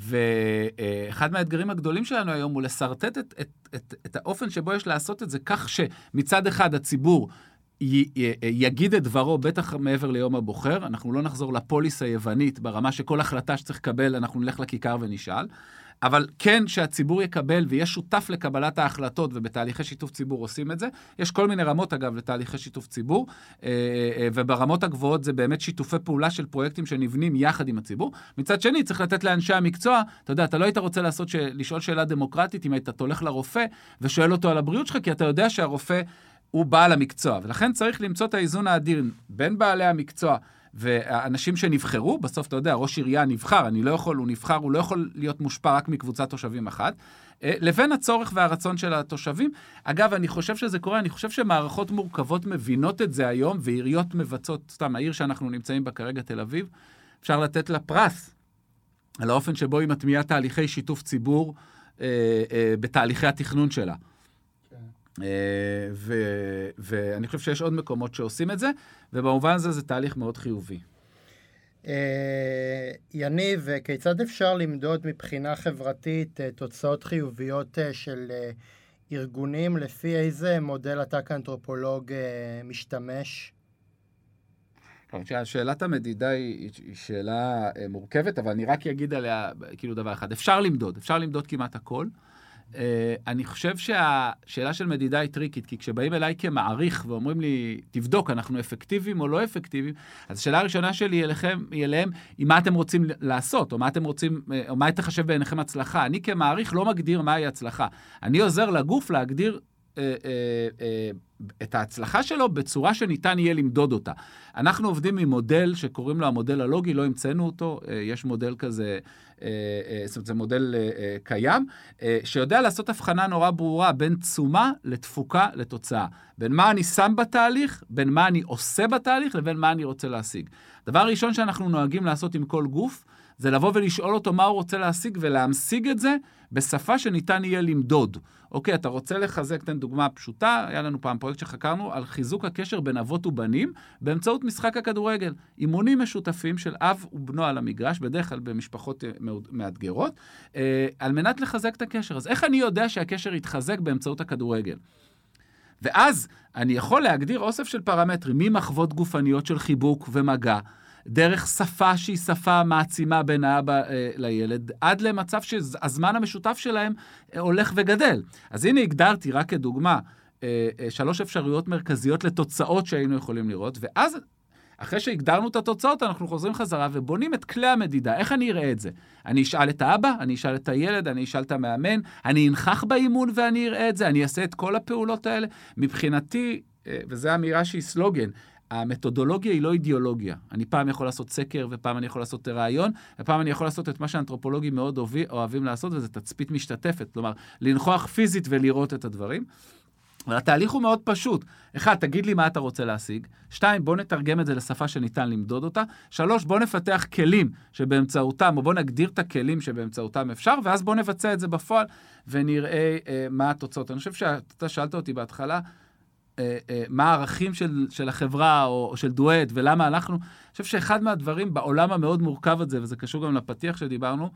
ואחד מהאתגרים הגדולים שלנו היום הוא לסרטט את, את, את, את האופן שבו יש לעשות את זה, כך שמצד אחד הציבור יגיד את דברו, בטח מעבר ליום הבוחר, אנחנו לא נחזור לפוליס היוונית, ברמה שכל החלטה שצריך לקבל, אנחנו נלך לכיכר ונשאל, אבל כן שהציבור יקבל ויהיה שותף לקבלת ההחלטות, ובתהליכי שיתוף ציבור עושים את זה. יש כל מיני רמות, אגב, לתהליכי שיתוף ציבור, וברמות הגבוהות זה באמת שיתופי פעולה של פרויקטים שנבנים יחד עם הציבור. מצד שני, צריך לתת לאנשי המקצוע, אתה יודע, אתה לא היית רוצה לעשות, לשאול שאלה דמוקרטית, אם היית הולך לרופא ושואל אותו על הבריאות שלך, כי אתה יודע שהרופא הוא בעל המקצוע, ולכן צריך למצוא את האיזון האדיר בין בעלי המקצוע והאנשים שנבחרו. בסוף אתה יודע, ראש עירייה נבחר, אני לא יכול, הוא נבחר, הוא לא יכול להיות מושפע רק מקבוצת תושבים אחת, לבין הצורך והרצון של התושבים. אגב, אני חושב שזה קורה, אני חושב שמערכות מורכבות מבינות את זה היום, ועיריות מבצעות, סתם, העיר שאנחנו נמצאים בה כרגע, תל אביב, אפשר לתת לה פרס על האופן שבו היא מטמיעה תהליכי שיתוף ציבור אה, אה, בתהליכי התכנון שלה. ואני חושב שיש עוד מקומות שעושים את זה, ובמובן הזה זה תהליך מאוד חיובי. יניב, כיצד אפשר למדוד מבחינה חברתית תוצאות חיוביות של ארגונים, לפי איזה מודל אתה כאנתרופולוג משתמש? שאלת המדידה היא, היא שאלה מורכבת, אבל אני רק אגיד עליה כאילו דבר אחד. אפשר למדוד, אפשר למדוד כמעט הכל. Uh, אני חושב שהשאלה של מדידה היא טריקית, כי כשבאים אליי כמעריך ואומרים לי, תבדוק, אנחנו אפקטיביים או לא אפקטיביים, אז השאלה הראשונה שלי אליכם, היא אליהם, היא מה אתם רוצים לעשות, או מה אתם רוצים, או מה תחשב בעיניכם הצלחה. אני כמעריך לא מגדיר מהי הצלחה. אני עוזר לגוף להגדיר uh, uh, uh, את ההצלחה שלו בצורה שניתן יהיה למדוד אותה. אנחנו עובדים עם מודל שקוראים לו המודל הלוגי, לא המצאנו אותו, uh, יש מודל כזה, זאת אומרת, זה מודל קיים, שיודע לעשות הבחנה נורא ברורה בין תשומה לתפוקה לתוצאה. בין מה אני שם בתהליך, בין מה אני עושה בתהליך, לבין מה אני רוצה להשיג. דבר ראשון שאנחנו נוהגים לעשות עם כל גוף, זה לבוא ולשאול אותו מה הוא רוצה להשיג, ולהמשיג את זה בשפה שניתן יהיה למדוד. אוקיי, אתה רוצה לחזק, תן דוגמה פשוטה, היה לנו פעם פרויקט שחקרנו על חיזוק הקשר בין אבות ובנים, באמצעות משחק הכדורגל. אימונים משותפים של אב ובנו על המגרש, בדרך כלל במשפחות מאתגרות, על מנת לחזק את הקשר. אז איך אני יודע שהקשר יתחזק באמצעות הכדורגל? ואז אני יכול להגדיר אוסף של פרמטרים, ממחוות גופניות של חיבוק ומגע, דרך שפה שהיא שפה מעצימה בין האבא אה, לילד, עד למצב שהזמן המשותף שלהם אה, הולך וגדל. אז הנה הגדרתי רק כדוגמה, אה, אה, שלוש אפשרויות מרכזיות לתוצאות שהיינו יכולים לראות, ואז אחרי שהגדרנו את התוצאות, אנחנו חוזרים חזרה ובונים את כלי המדידה. איך אני אראה את זה? אני אשאל את האבא, אני אשאל את הילד, אני אשאל את המאמן, אני אנחח באימון ואני אראה את זה, אני אעשה את כל הפעולות האלה. מבחינתי, אה, וזו אמירה שהיא סלוגן, המתודולוגיה היא לא אידיאולוגיה. אני פעם יכול לעשות סקר, ופעם אני יכול לעשות רעיון, ופעם אני יכול לעשות את מה שהאנתרופולוגים מאוד אוהבים לעשות, וזה תצפית משתתפת. כלומר, לנכוח פיזית ולראות את הדברים. והתהליך הוא מאוד פשוט. אחד, תגיד לי מה אתה רוצה להשיג. שתיים, בוא נתרגם את זה לשפה שניתן למדוד אותה. שלוש, בוא נפתח כלים שבאמצעותם, או בוא נגדיר את הכלים שבאמצעותם אפשר, ואז בוא נבצע את זה בפועל, ונראה אה, מה התוצאות. אני חושב שאתה שאלת אותי בהתחלה, מה הערכים של, של החברה או, או של דואט, ולמה אנחנו, אני חושב שאחד מהדברים בעולם המאוד מורכב הזה, וזה קשור גם לפתיח שדיברנו,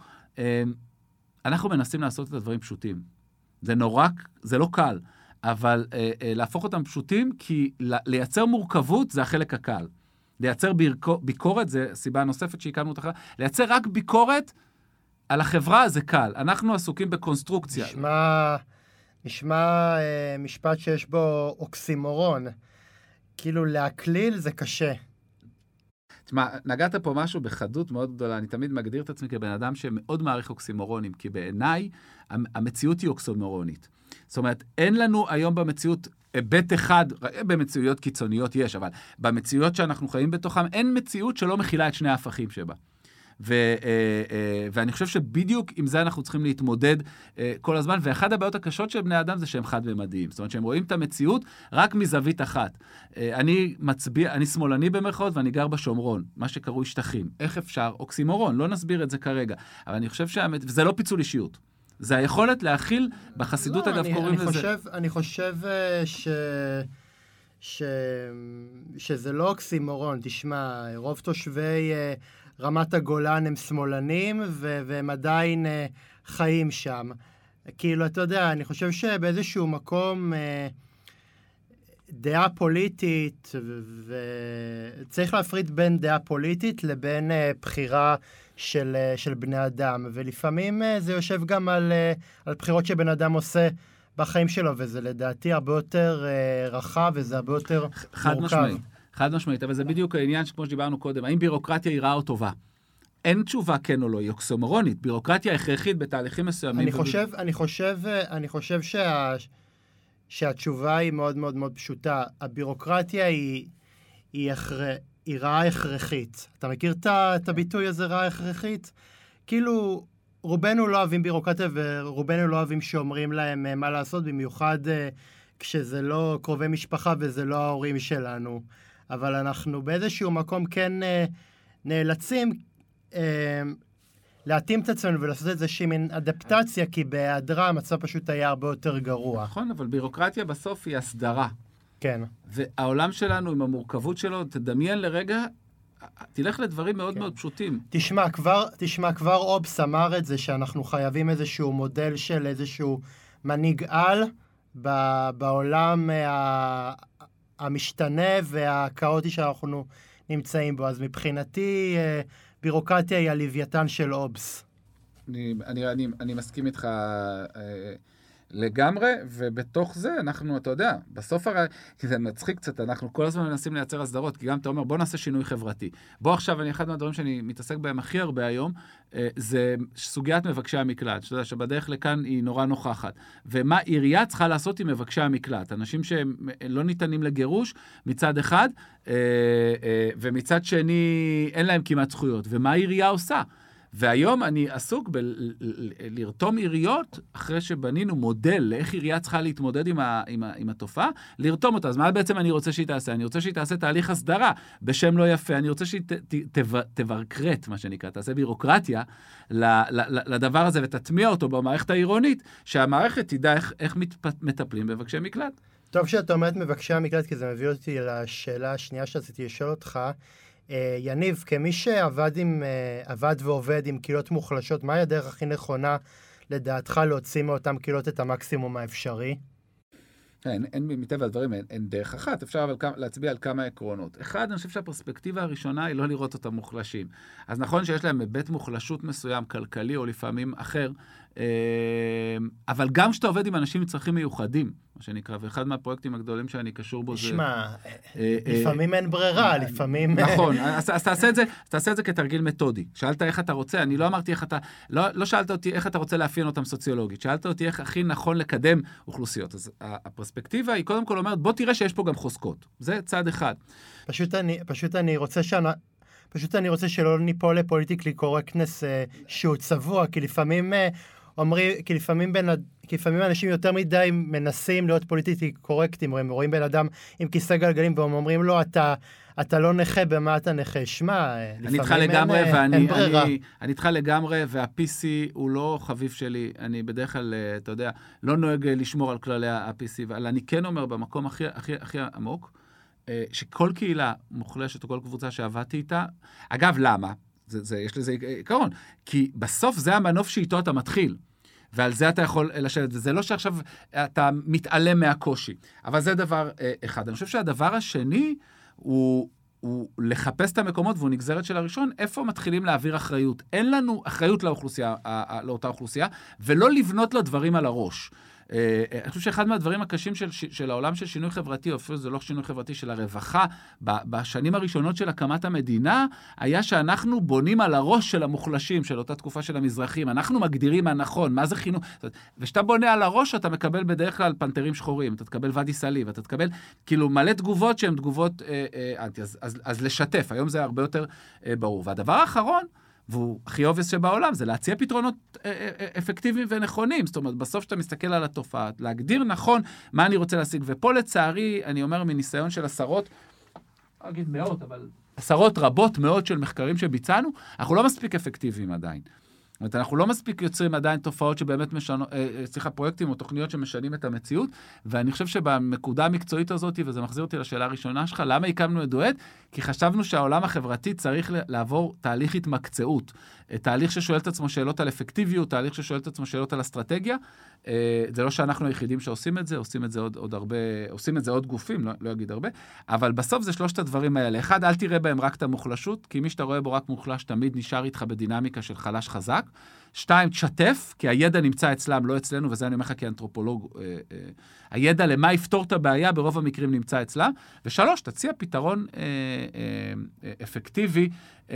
אנחנו מנסים לעשות את הדברים פשוטים. זה נורא, זה לא קל, אבל להפוך אותם פשוטים, כי לייצר מורכבות זה החלק הקל. לייצר ביקורת, זה סיבה נוספת שהקמנו אותך, לייצר רק ביקורת על החברה זה קל. אנחנו עסוקים בקונסטרוקציה. נשמע... נשמע אה, משפט שיש בו אוקסימורון. כאילו להקליל זה קשה. תשמע, נגעת פה משהו בחדות מאוד גדולה. אני תמיד מגדיר את עצמי כבן אדם שמאוד מעריך אוקסימורונים, כי בעיניי המציאות היא אוקסימורונית. זאת אומרת, אין לנו היום במציאות היבט אחד, במציאויות קיצוניות יש, אבל במציאויות שאנחנו חיים בתוכם, אין מציאות שלא מכילה את שני ההפכים שבה. ו, ואני חושב שבדיוק עם זה אנחנו צריכים להתמודד כל הזמן, ואחד הבעיות הקשות של בני אדם זה שהם חד-ממדיים, זאת אומרת שהם רואים את המציאות רק מזווית אחת. אני מצביע, אני שמאלני במרכאות ואני גר בשומרון, מה שקרוי שטחים. איך אפשר? אוקסימורון, לא נסביר את זה כרגע, אבל אני חושב שזה לא פיצול אישיות. זה היכולת להכיל בחסידות, לא, אגב אני, קוראים אני לזה. חושב, אני חושב ש... ש... שזה לא אוקסימורון, תשמע, רוב תושבי רמת הגולן הם שמאלנים, ו... והם עדיין חיים שם. כאילו, אתה יודע, אני חושב שבאיזשהו מקום דעה פוליטית, וצריך להפריד בין דעה פוליטית לבין בחירה של, של בני אדם, ולפעמים זה יושב גם על, על בחירות שבן אדם עושה בחיים שלו, וזה לדעתי הרבה יותר רחב, וזה הרבה יותר חד מורכב. משמעית, חד משמעית, אבל זה בדיוק העניין שכמו שדיברנו קודם, האם בירוקרטיה היא רעה או טובה? אין תשובה כן או לא, היא אוקסימורונית, בירוקרטיה הכרחית בתהליכים מסוימים. אני חושב, אני חושב, אני חושב שה, שהתשובה היא מאוד מאוד מאוד פשוטה. הבירוקרטיה היא, היא הכרחית. היא רעה הכרחית. אתה מכיר את הביטוי הזה, רעה הכרחית? כאילו, רובנו לא אוהבים בירוקרטיה, ורובנו לא אוהבים שאומרים להם מה לעשות, במיוחד כשזה לא קרובי משפחה וזה לא ההורים שלנו. אבל אנחנו באיזשהו מקום כן נאלצים להתאים את עצמנו ולעשות איזושהי מין אדפטציה, כי בהיעדרה המצב פשוט היה הרבה יותר גרוע. נכון, אבל בירוקרטיה בסוף היא הסדרה. כן. והעולם שלנו עם המורכבות שלו, תדמיין לרגע, תלך לדברים מאוד כן. מאוד פשוטים. תשמע, כבר, תשמע, כבר אובס אמר את זה, שאנחנו חייבים איזשהו מודל של איזשהו מנהיג על, ב- בעולם ה- המשתנה והכאוטי שאנחנו נמצאים בו. אז מבחינתי, אה, בירוקרטיה היא הלוויתן של אובס. אני, אני, אני, אני מסכים איתך אה, לגמרי, ובתוך זה אנחנו, אתה יודע, בסוף הרי, כי זה מצחיק קצת, אנחנו כל הזמן מנסים לייצר הסדרות, כי גם אתה אומר, בוא נעשה שינוי חברתי. בוא עכשיו, אני אחד מהדברים שאני מתעסק בהם הכי הרבה היום, אה, זה סוגיית מבקשי המקלט, שאתה יודע, שבדרך לכאן היא נורא נוכחת. ומה עירייה צריכה לעשות עם מבקשי המקלט? אנשים שלא ניתנים לגירוש מצד אחד, אה, אה, ומצד שני אין להם כמעט זכויות. ומה העירייה עושה? והיום אני עסוק בלרתום עיריות, אחרי שבנינו מודל לאיך עירייה צריכה להתמודד עם, ה, עם, ה, עם התופעה, לרתום אותה. אז מה בעצם אני רוצה שהיא תעשה? אני רוצה שהיא תעשה תהליך הסדרה בשם לא יפה. אני רוצה שהיא ת, ת, תו, תברקרט, מה שנקרא, תעשה בירוקרטיה ל, ל, ל, לדבר הזה ותטמיע אותו במערכת העירונית, שהמערכת תדע איך, איך מטפלים בבקשי מקלט. טוב שאתה אומרת מבקשי המקלט, כי זה מביא אותי לשאלה השנייה שרציתי לשאול אותך. יניב, כמי שעבד עם, עבד ועובד עם קהילות מוחלשות, מהי הדרך הכי נכונה לדעתך להוציא מאותם קהילות את המקסימום האפשרי? אין, אין מטבע הדברים, אין, אין דרך אחת, אפשר אבל להצביע על כמה עקרונות. אחד, אני חושב שהפרספקטיבה הראשונה היא לא לראות אותם מוחלשים. אז נכון שיש להם היבט מוחלשות מסוים, כלכלי או לפעמים אחר, אבל גם כשאתה עובד עם אנשים עם צרכים מיוחדים, מה שנקרא, ואחד מהפרויקטים הגדולים שאני קשור בו זה... תשמע, לפעמים אין ברירה, לפעמים... נכון, אז תעשה את זה, תעשה את זה כתרגיל מתודי. שאלת איך אתה רוצה, אני לא אמרתי איך אתה... לא שאלת אותי איך אתה רוצה לאפיין אותם סוציולוגית, שאלת אותי איך הכי נכון לקדם אוכלוסיות. אז הפרספקטיבה היא קודם כל אומרת, בוא תראה שיש פה גם חוזקות. זה צד אחד. פשוט אני רוצה שאני... פשוט אני רוצה שלא ניפול לפוליטיקלי קורקטנס שהוא צבוע, כי לפעמים אומרים, כי לפעמים, בין, כי לפעמים אנשים יותר מדי מנסים להיות פוליטיקלי קורקטים, הם רואים בן אדם עם כיסא גלגלים והם אומרים לו, אתה, אתה לא נכה, במה אתה נכה? שמע, לפעמים אין, אין, אין ברירה. אני, אני איתך לגמרי, וה-פי סי הוא לא חביב שלי, אני בדרך כלל, אתה יודע, לא נוהג לשמור על כללי ה-פי סי, אבל אני כן אומר במקום הכי, הכי, הכי עמוק, שכל קהילה מוחלשת או כל קבוצה שעבדתי איתה, אגב, למה? זה, זה, יש לזה עיקרון, כי בסוף זה המנוף שאיתו אתה מתחיל, ועל זה אתה יכול לשבת, וזה לא שעכשיו אתה מתעלם מהקושי, אבל זה דבר אחד. אני חושב שהדבר השני הוא, הוא לחפש את המקומות, והוא נגזרת של הראשון, איפה מתחילים להעביר אחריות. אין לנו אחריות לאוכלוסייה, לאותה אוכלוסייה, ולא לבנות לה דברים על הראש. אני חושב שאחד מהדברים הקשים של, של העולם של שינוי חברתי, או אפילו זה לא שינוי חברתי, של הרווחה, בשנים הראשונות של הקמת המדינה, היה שאנחנו בונים על הראש של המוחלשים, של אותה תקופה של המזרחים. אנחנו מגדירים מה נכון, מה זה חינוך. ושאתה בונה על הראש, אתה מקבל בדרך כלל פנתרים שחורים, אתה תקבל ואדי סאליב, אתה תקבל כאילו מלא תגובות שהן תגובות אה, אה, אנטי. אז, אז, אז לשתף, היום זה הרבה יותר אה, ברור. והדבר האחרון, והוא הכי אובייס שבעולם, זה להציע פתרונות אפקטיביים ונכונים. זאת אומרת, בסוף שאתה מסתכל על התופעה, להגדיר נכון מה אני רוצה להשיג. ופה לצערי, אני אומר מניסיון של עשרות, לא אגיד מאות, אבל עשרות רבות מאוד של מחקרים שביצענו, אנחנו לא מספיק אפקטיביים עדיין. זאת אומרת, אנחנו לא מספיק יוצרים עדיין תופעות שבאמת משנו, סליחה, פרויקטים או תוכניות שמשנים את המציאות, ואני חושב שבנקודה המקצועית הזאת, וזה מחזיר אותי לשאלה הראשונה שלך, למה הקמנו את דואט? כי חשבנו שהעולם החברתי צריך לעבור תהליך התמקצעות, תהליך ששואל את עצמו שאלות על אפקטיביות, תהליך ששואל את עצמו שאלות על אסטרטגיה. זה לא שאנחנו היחידים שעושים את זה, עושים את זה עוד, עוד הרבה, עושים את זה עוד גופים, לא, לא אגיד הרבה, אבל בסוף זה שלושת הדברים האלה. אחד, אל תראה בהם רק את המוחלשות, כי מי שאתה רואה בו רק מוחלש, תמיד נשאר איתך בדינמיקה של חלש חזק. שתיים, תשתף, כי הידע נמצא אצלם, לא אצלנו, וזה אני אומר לך כאנתרופולוג, אה, אה, הידע למה יפתור את הבעיה, ברוב המקרים נמצא אצלם. ושלוש, תציע פתרון אה, אה, אפקטיבי, אה,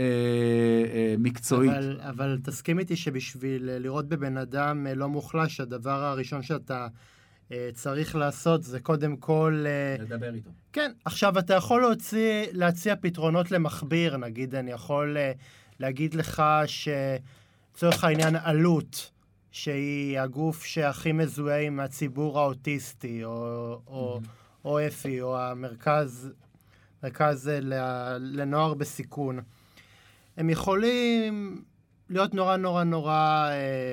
אה, מקצועית. אבל, אבל תסכים איתי שבשביל לראות בבן אדם לא מוחלש, הדבר הראשון שאתה אה, צריך לעשות זה קודם כל... אה, לדבר איתו. כן, עכשיו אתה יכול להוציא, להציע פתרונות למחביר, נגיד, אני יכול אה, להגיד לך ש... צורך העניין עלות, שהיא הגוף שהכי מזוהה עם הציבור האוטיסטי, או, או, או אפי, או המרכז מרכז לנוער בסיכון. הם יכולים להיות נורא נורא נורא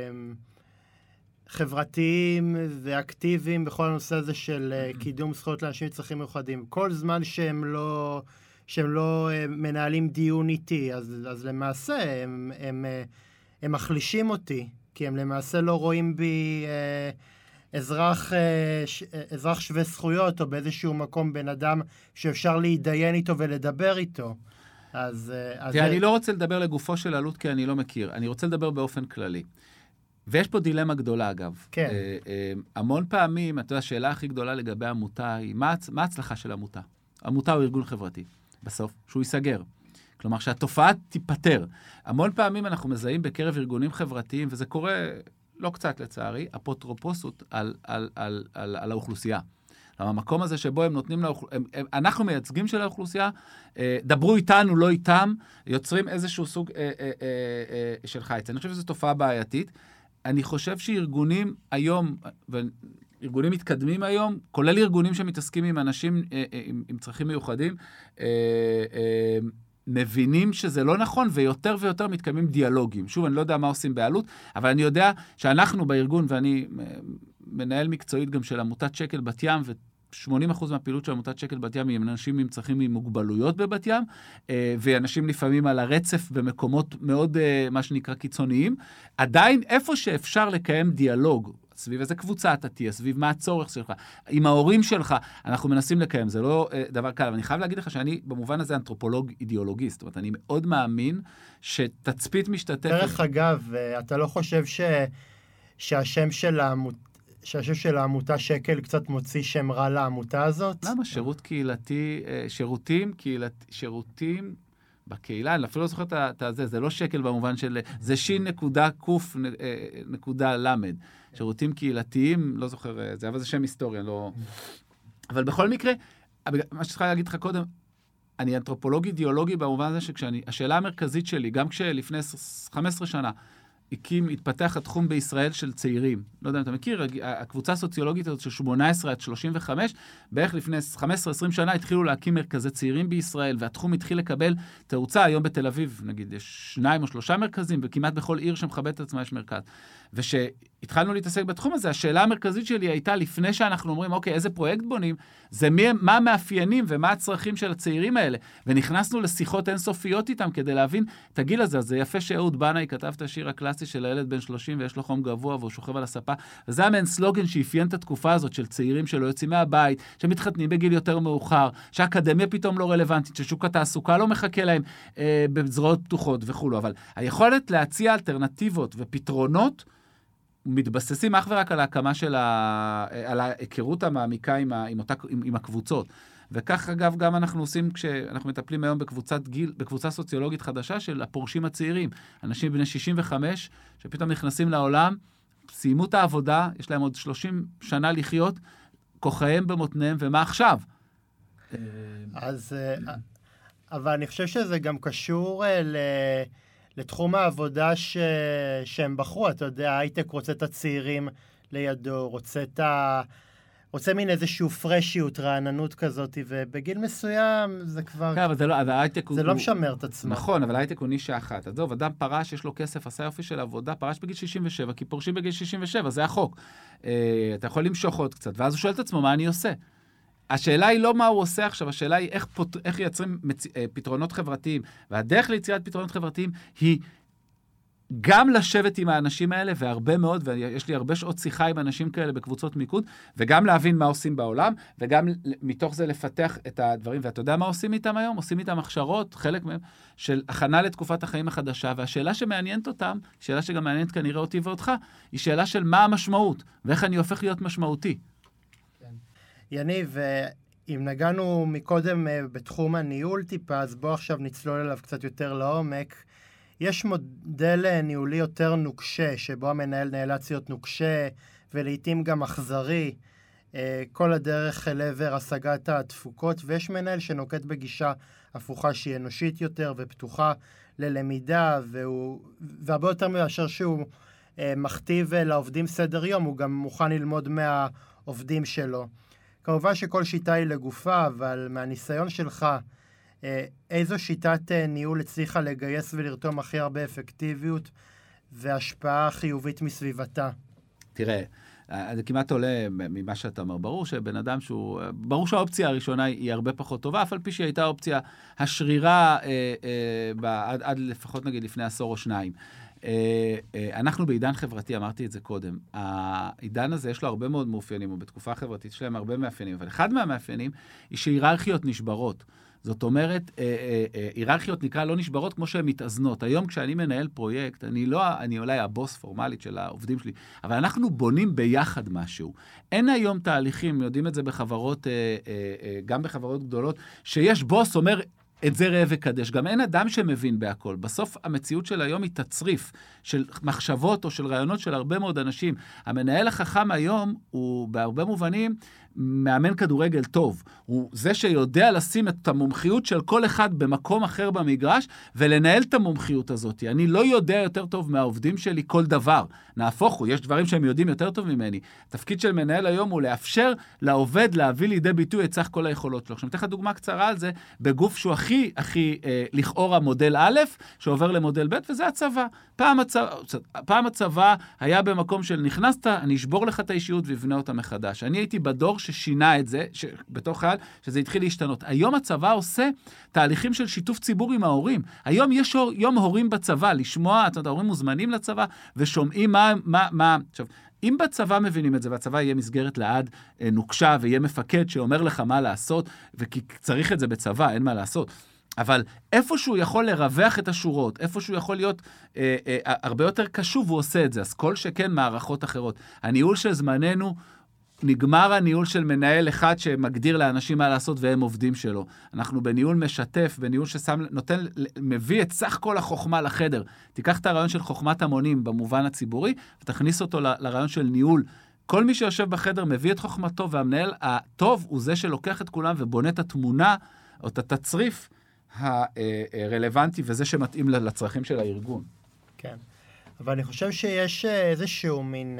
חברתיים ואקטיביים בכל הנושא הזה של קידום זכויות לאנשים עם צרכים מיוחדים. כל זמן שהם לא, שהם לא מנהלים דיון איתי, אז, אז למעשה הם, הם, הם מחלישים אותי, כי הם למעשה לא רואים בי אה, אזרח, אה, ש, אזרח שווה זכויות, או באיזשהו מקום בן אדם שאפשר להידיין איתו ולדבר איתו. אז... אז תראה, אני לא רוצה לדבר לגופו של עלות, כי אני לא מכיר. אני רוצה לדבר באופן כללי. ויש פה דילמה גדולה, אגב. כן. אה, אה, המון פעמים, אתה יודע, השאלה הכי גדולה לגבי עמותה היא, מה, מה ההצלחה של עמותה? עמותה הוא ארגון חברתי, בסוף, שהוא ייסגר. כלומר, שהתופעה תיפטר. המון פעמים אנחנו מזהים בקרב ארגונים חברתיים, וזה קורה לא קצת לצערי, אפוטרופוסות על, על, על, על, על האוכלוסייה. המקום הזה שבו הם נותנים, לאוכ... הם, הם, אנחנו מייצגים של האוכלוסייה, אה, דברו איתנו, לא איתם, יוצרים איזשהו סוג אה, אה, אה, אה, של חיץ. אני חושב שזו תופעה בעייתית. אני חושב שארגונים היום, וארגונים מתקדמים היום, כולל ארגונים שמתעסקים עם אנשים אה, אה, עם, עם צרכים מיוחדים, אה, אה, מבינים שזה לא נכון, ויותר ויותר מתקיימים דיאלוגים. שוב, אני לא יודע מה עושים בעלות, אבל אני יודע שאנחנו בארגון, ואני מנהל מקצועית גם של עמותת שקל בת ים, ו-שמונים אחוז מהפעילות של עמותת שקל בת ים, הם אנשים עם צרכים עם מוגבלויות בבת ים, ואנשים לפעמים על הרצף במקומות מאוד, מה שנקרא, קיצוניים. עדיין, איפה שאפשר לקיים דיאלוג, סביב איזה קבוצה אתה תהיה, סביב מה הצורך שלך, עם ההורים שלך, אנחנו מנסים לקיים, זה לא uh, דבר קל, אבל אני חייב להגיד לך שאני במובן הזה אנתרופולוג אידיאולוגיסט, זאת אומרת, אני מאוד מאמין שתצפית משתתפת... דרך אגב, אתה לא חושב ש... שהשם של העמות... שהשם של העמותה שקל קצת מוציא שם רע לעמותה הזאת? למה? שירות קהילתי, שירותים, קהילת... שירותים... בקהילה, אני אפילו לא זוכר את זה, זה לא שקל במובן של, זה שין נקודה קוף נקודה למד. שירותים קהילתיים, לא זוכר, זה אבל זה שם היסטוריה, לא... אבל בכל מקרה, מה שצריכה להגיד לך קודם, אני אנתרופולוג אידיאולוגי במובן הזה שכשאני, השאלה המרכזית שלי, גם כשלפני חמש עשרה שנה, הקים, התפתח התחום בישראל של צעירים. לא יודע אם אתה מכיר, הקבוצה הסוציולוגית הזאת של שמונה עשרה עד שלושים וחמש, בערך לפני חמש עשרה עשרים שנה התחילו להקים מרכזי צעירים בישראל, והתחום התחיל לקבל תאוצה. היום בתל אביב, נגיד, יש שניים או שלושה מרכזים, וכמעט בכל עיר שמכבד את עצמה יש מרכז. ושהתחלנו להתעסק בתחום הזה, השאלה המרכזית שלי הייתה, לפני שאנחנו אומרים, אוקיי, איזה פרויקט בונים, זה מי, מה המאפיינים ומה הצרכים של הצעירים האלה. ונכנסנו לשיחות אינסופיות איתם כדי להבין את הגיל הזה. זה יפה שאהוד בנאי כתב את השיר הקלאסי של הילד בן שלושים ויש לו חום גבוה והוא שוכב על הספה. וזה היה מעין סלוגן שאפיין את התקופה הזאת של צעירים שלא יוצאים מהבית, שמתחתנים בגיל יותר מאוחר, שהאקדמיה פתאום לא רלוונטית, ששוק התעסוקה לא מחכה להם אה, בזרועות פתוחות וכו'. אבל היכולת להציע אלטרנטיבות ופתרונות מתבססים אך ורק על ההקמה של ה... על ההיכרות המעמיקה עם, ה... עם, אותה... עם... עם הקבוצות. וכך אגב גם אנחנו עושים כשאנחנו מטפלים היום בקבוצת גיל, בקבוצה סוציולוגית חדשה של הפורשים הצעירים. אנשים בני שישים וחמש שפתאום נכנסים לעולם, סיימו את העבודה, יש להם עוד שלושים שנה לחיות, כוחיהם במותניהם, ומה עכשיו? אז, אבל אני חושב שזה גם קשור ל... לתחום העבודה ש... שהם בחרו. אתה יודע, ההייטק רוצה את הצעירים לידו, רוצה את ה... רוצה מין איזשהו פרשיות, רעננות כזאת, ובגיל מסוים זה כבר... כן, אבל זה לא, אבל ההייטק זה הוא... לא משמר את עצמו. נכון, אבל ההייטק הוא נישה אחת. אז זהו, אדם פרש, יש לו כסף, עשה יופי של עבודה, פרש בגיל שישים ושבע, כי פורשים בגיל שישים ושבע, זה החוק. אתה יכול למשוך עוד קצת, ואז הוא שואל את עצמו, מה אני עושה? השאלה היא לא מה הוא עושה עכשיו, השאלה היא איך, פות... איך יצרים מצ... פתרונות חברתיים, והדרך ליצירת פתרונות חברתיים היא גם לשבת עם האנשים האלה, והרבה מאוד, ויש לי הרבה שעות שיחה עם אנשים כאלה בקבוצות מיקוד, וגם להבין מה עושים בעולם, וגם מתוך זה לפתח את הדברים. ואתה יודע מה עושים איתם היום? עושים איתם הכשרות, חלק מהם, של הכנה לתקופת החיים החדשה, והשאלה שמעניינת אותם, שאלה שגם מעניינת כנראה אותי ואותך, היא שאלה של מה המשמעות, ואיך אני הופך להיות משמעותי. יניב, אם נגענו מקודם בתחום הניהול טיפה, אז בוא עכשיו נצלול אליו קצת יותר לעומק. יש מודל ניהולי יותר נוקשה, שבו המנהל נאלץ להיות נוקשה, ולעיתים גם אכזרי, כל הדרך אל עבר השגת התפוקות, ויש מנהל שנוקט בגישה הפוכה שהיא אנושית יותר ופתוחה ללמידה, והוא, והרבה יותר מאשר שהוא מכתיב לעובדים סדר יום, הוא גם מוכן ללמוד מהעובדים שלו. כמובן שכל שיטה היא לגופה, אבל מהניסיון שלך, איזו שיטת ניהול הצליחה לגייס ולרתום הכי הרבה אפקטיביות והשפעה חיובית מסביבתה? תראה, זה כמעט עולה ממה שאתה אומר. ברור שבן אדם שהוא, ברור שהאופציה הראשונה היא הרבה פחות טובה, אף על פי שהיא הייתה האופציה השרירה, אה, אה, עד, עד לפחות נגיד לפני עשור או שניים. אנחנו בעידן חברתי, אמרתי את זה קודם, העידן הזה יש לו הרבה מאוד מאופיינים, ובתקופה החברתית שלהם הרבה מאפיינים, אבל אחד מהמאפיינים היא שהיררכיות נשברות. זאת אומרת, היררכיות נקרא לא נשברות כמו שהן מתאזנות. היום כשאני מנהל פרויקט, אני לא, אני אולי הבוס פורמלית של העובדים שלי, אבל אנחנו בונים ביחד משהו. אין היום תהליכים, יודעים את זה בחברות, גם בחברות גדולות, שיש בוס אומר, את זה ראה וקדש. גם אין אדם שמבין בהכל. בסוף המציאות של היום היא תצריף של מחשבות או של רעיונות של הרבה מאוד אנשים. המנהל החכם היום הוא בהרבה מובנים מאמן כדורגל טוב. הוא זה שיודע לשים את המומחיות של כל אחד במקום אחר במגרש ולנהל את המומחיות הזאת. אני לא יודע יותר טוב מהעובדים שלי כל דבר. נהפוך הוא, יש דברים שהם יודעים יותר טוב ממני. התפקיד של מנהל היום הוא לאפשר לעובד להביא לידי ביטוי את סך כל היכולות שלו. עכשיו, נתן לך דוגמה קצרה על זה, בגוף שהוא הכי, הכי אה, לכאורה מודל א', שעובר למודל ב', וזה הצבא. פעם הצבא, פעם הצבא היה במקום של נכנסת, אני אשבור לך את האישיות ובנה אותה מחדש. אני הייתי בדור ששינה את זה, ש... בתוך חייל, שזה התחיל להשתנות. היום הצבא עושה תהליכים של שיתוף ציבור עם ההורים. היום יש יום הורים בצבא, לשמוע, זאת אומרת, ההורים מוזמנים לצבא, ושומעים מה, מה, מה, עכשיו, אם בצבא מבינים את זה, והצבא יהיה מסגרת לעד נוקשה, ויהיה מפקד שאומר לך מה לעשות, וכי צריך את זה בצבא, אין מה לעשות. אבל איפשהו יכול לרווח את השורות, איפשהו יכול להיות אה, אה, הרבה יותר קשוב, הוא עושה את זה. אז כל שכן מערכות אחרות. הניהול של זמננו, נגמר הניהול של מנהל אחד שמגדיר לאנשים מה לעשות והם עובדים שלו. אנחנו בניהול משתף, בניהול ששם, נותן, מביא את סך כל החוכמה לחדר. תיקח את הרעיון של חוכמת המונים במובן הציבורי, ותכניס אותו ל, לרעיון של ניהול. כל מי שיושב בחדר מביא את חוכמתו, והמנהל הטוב הוא זה שלוקח את כולם ובונה את התמונה, או את התצריף הרלוונטי, וזה שמתאים לצרכים של הארגון. כן. אבל אני חושב שיש איזשהו מין...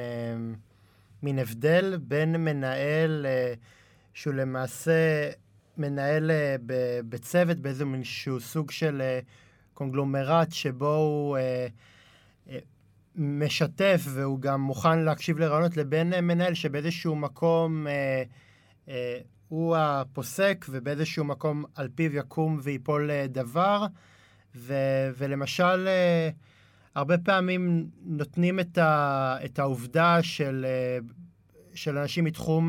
מין הבדל בין מנהל שהוא למעשה מנהל בצוות, באיזה מין שהוא סוג של קונגלומרט שבו הוא משתף והוא גם מוכן להקשיב לרעיונות, לבין מנהל שבאיזשהו מקום הוא הפוסק ובאיזשהו מקום על פיו יקום ויפול דבר, ו- ולמשל הרבה פעמים נותנים את, ה, את העובדה של, של אנשים מתחום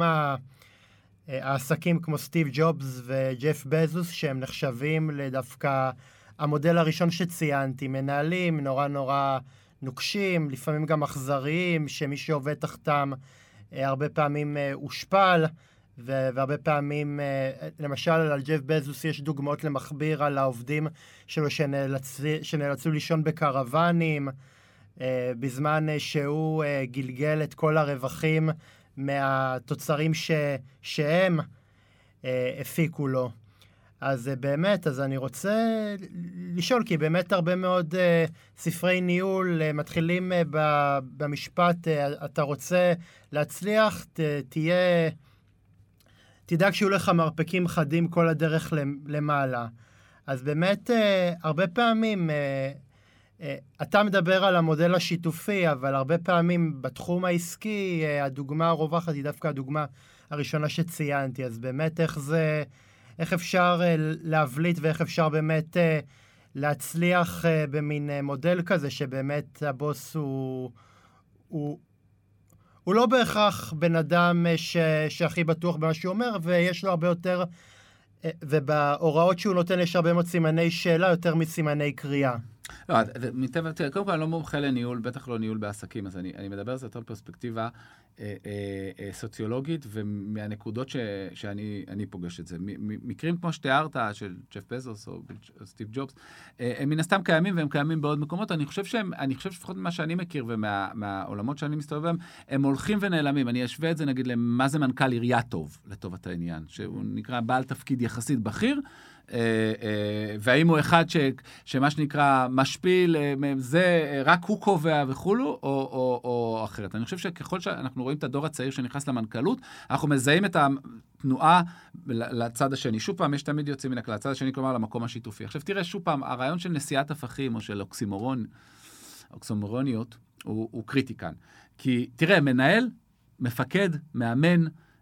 העסקים כמו סטיב ג'ובס וג'ף בזוס, שהם נחשבים לדווקא המודל הראשון שציינתי, מנהלים נורא נורא נוקשים, לפעמים גם אכזריים, שמי שעובד תחתם הרבה פעמים הושפל, והרבה פעמים, למשל על ג'ף בזוס יש דוגמאות למכביר על העובדים שלו שנאלצ... שנאלצו לישון בקרוונים, בזמן שהוא גלגל את כל הרווחים מהתוצרים ש... שהם הפיקו לו. אז באמת, אז אני רוצה לשאול, כי באמת הרבה מאוד ספרי ניהול מתחילים במשפט, אתה רוצה להצליח, ת... תהיה... תדאג שיהיו לך מרפקים חדים כל הדרך למעלה. אז באמת, הרבה פעמים, אתה מדבר על המודל השיתופי, אבל הרבה פעמים בתחום העסקי, הדוגמה הרווחת היא דווקא הדוגמה הראשונה שציינתי. אז באמת, איך זה, איך אפשר להבליט ואיך אפשר באמת להצליח במין מודל כזה, שבאמת הבוס הוא... הוא הוא לא בהכרח בן אדם ש... שהכי בטוח במה שהוא אומר, ויש לו הרבה יותר, ובהוראות שהוא נותן יש הרבה מאוד סימני שאלה, יותר מסימני קריאה. לא, מטבע, תראה, קודם כל אני לא מומחה לניהול, בטח לא ניהול בעסקים, אז אני, אני מדבר על זה יותר פרספקטיבה אה, אה, סוציולוגית, ומהנקודות ש, שאני אני פוגש את זה. מקרים כמו שתיארת, של ג'ף בזוס או סטיב ג'ובס, אה, הם מן הסתם קיימים, והם קיימים בעוד מקומות. אני חושב שהם, אני חושב שפחות ממה שאני מכיר, ומהעולמות שאני מסתובב בהם, הם הולכים ונעלמים. אני אשווה את זה, נגיד, למה זה מנכ"ל עירייה טוב, לטובת העניין, שהוא נקרא בעל תפקיד יחסית בכיר, והאם הוא אחד ש, שמה שנקרא משפיל, זה רק הוא קובע וכולו, או, או, או אחרת. אני חושב שככל שאנחנו רואים את הדור הצעיר שנכנס למנכ"לות, אנחנו מזהים את התנועה לצד השני. שוב פעם, יש תמיד יוצאים מן הכלל, לצד השני, כלומר, למקום השיתופי. עכשיו תראה, שוב פעם, הרעיון של נשיאת הפכים, או של אוקסימורון, אוקסימורוניות, הוא, הוא קריטי כאן. כי תראה, מנהל, מפקד, מאמן,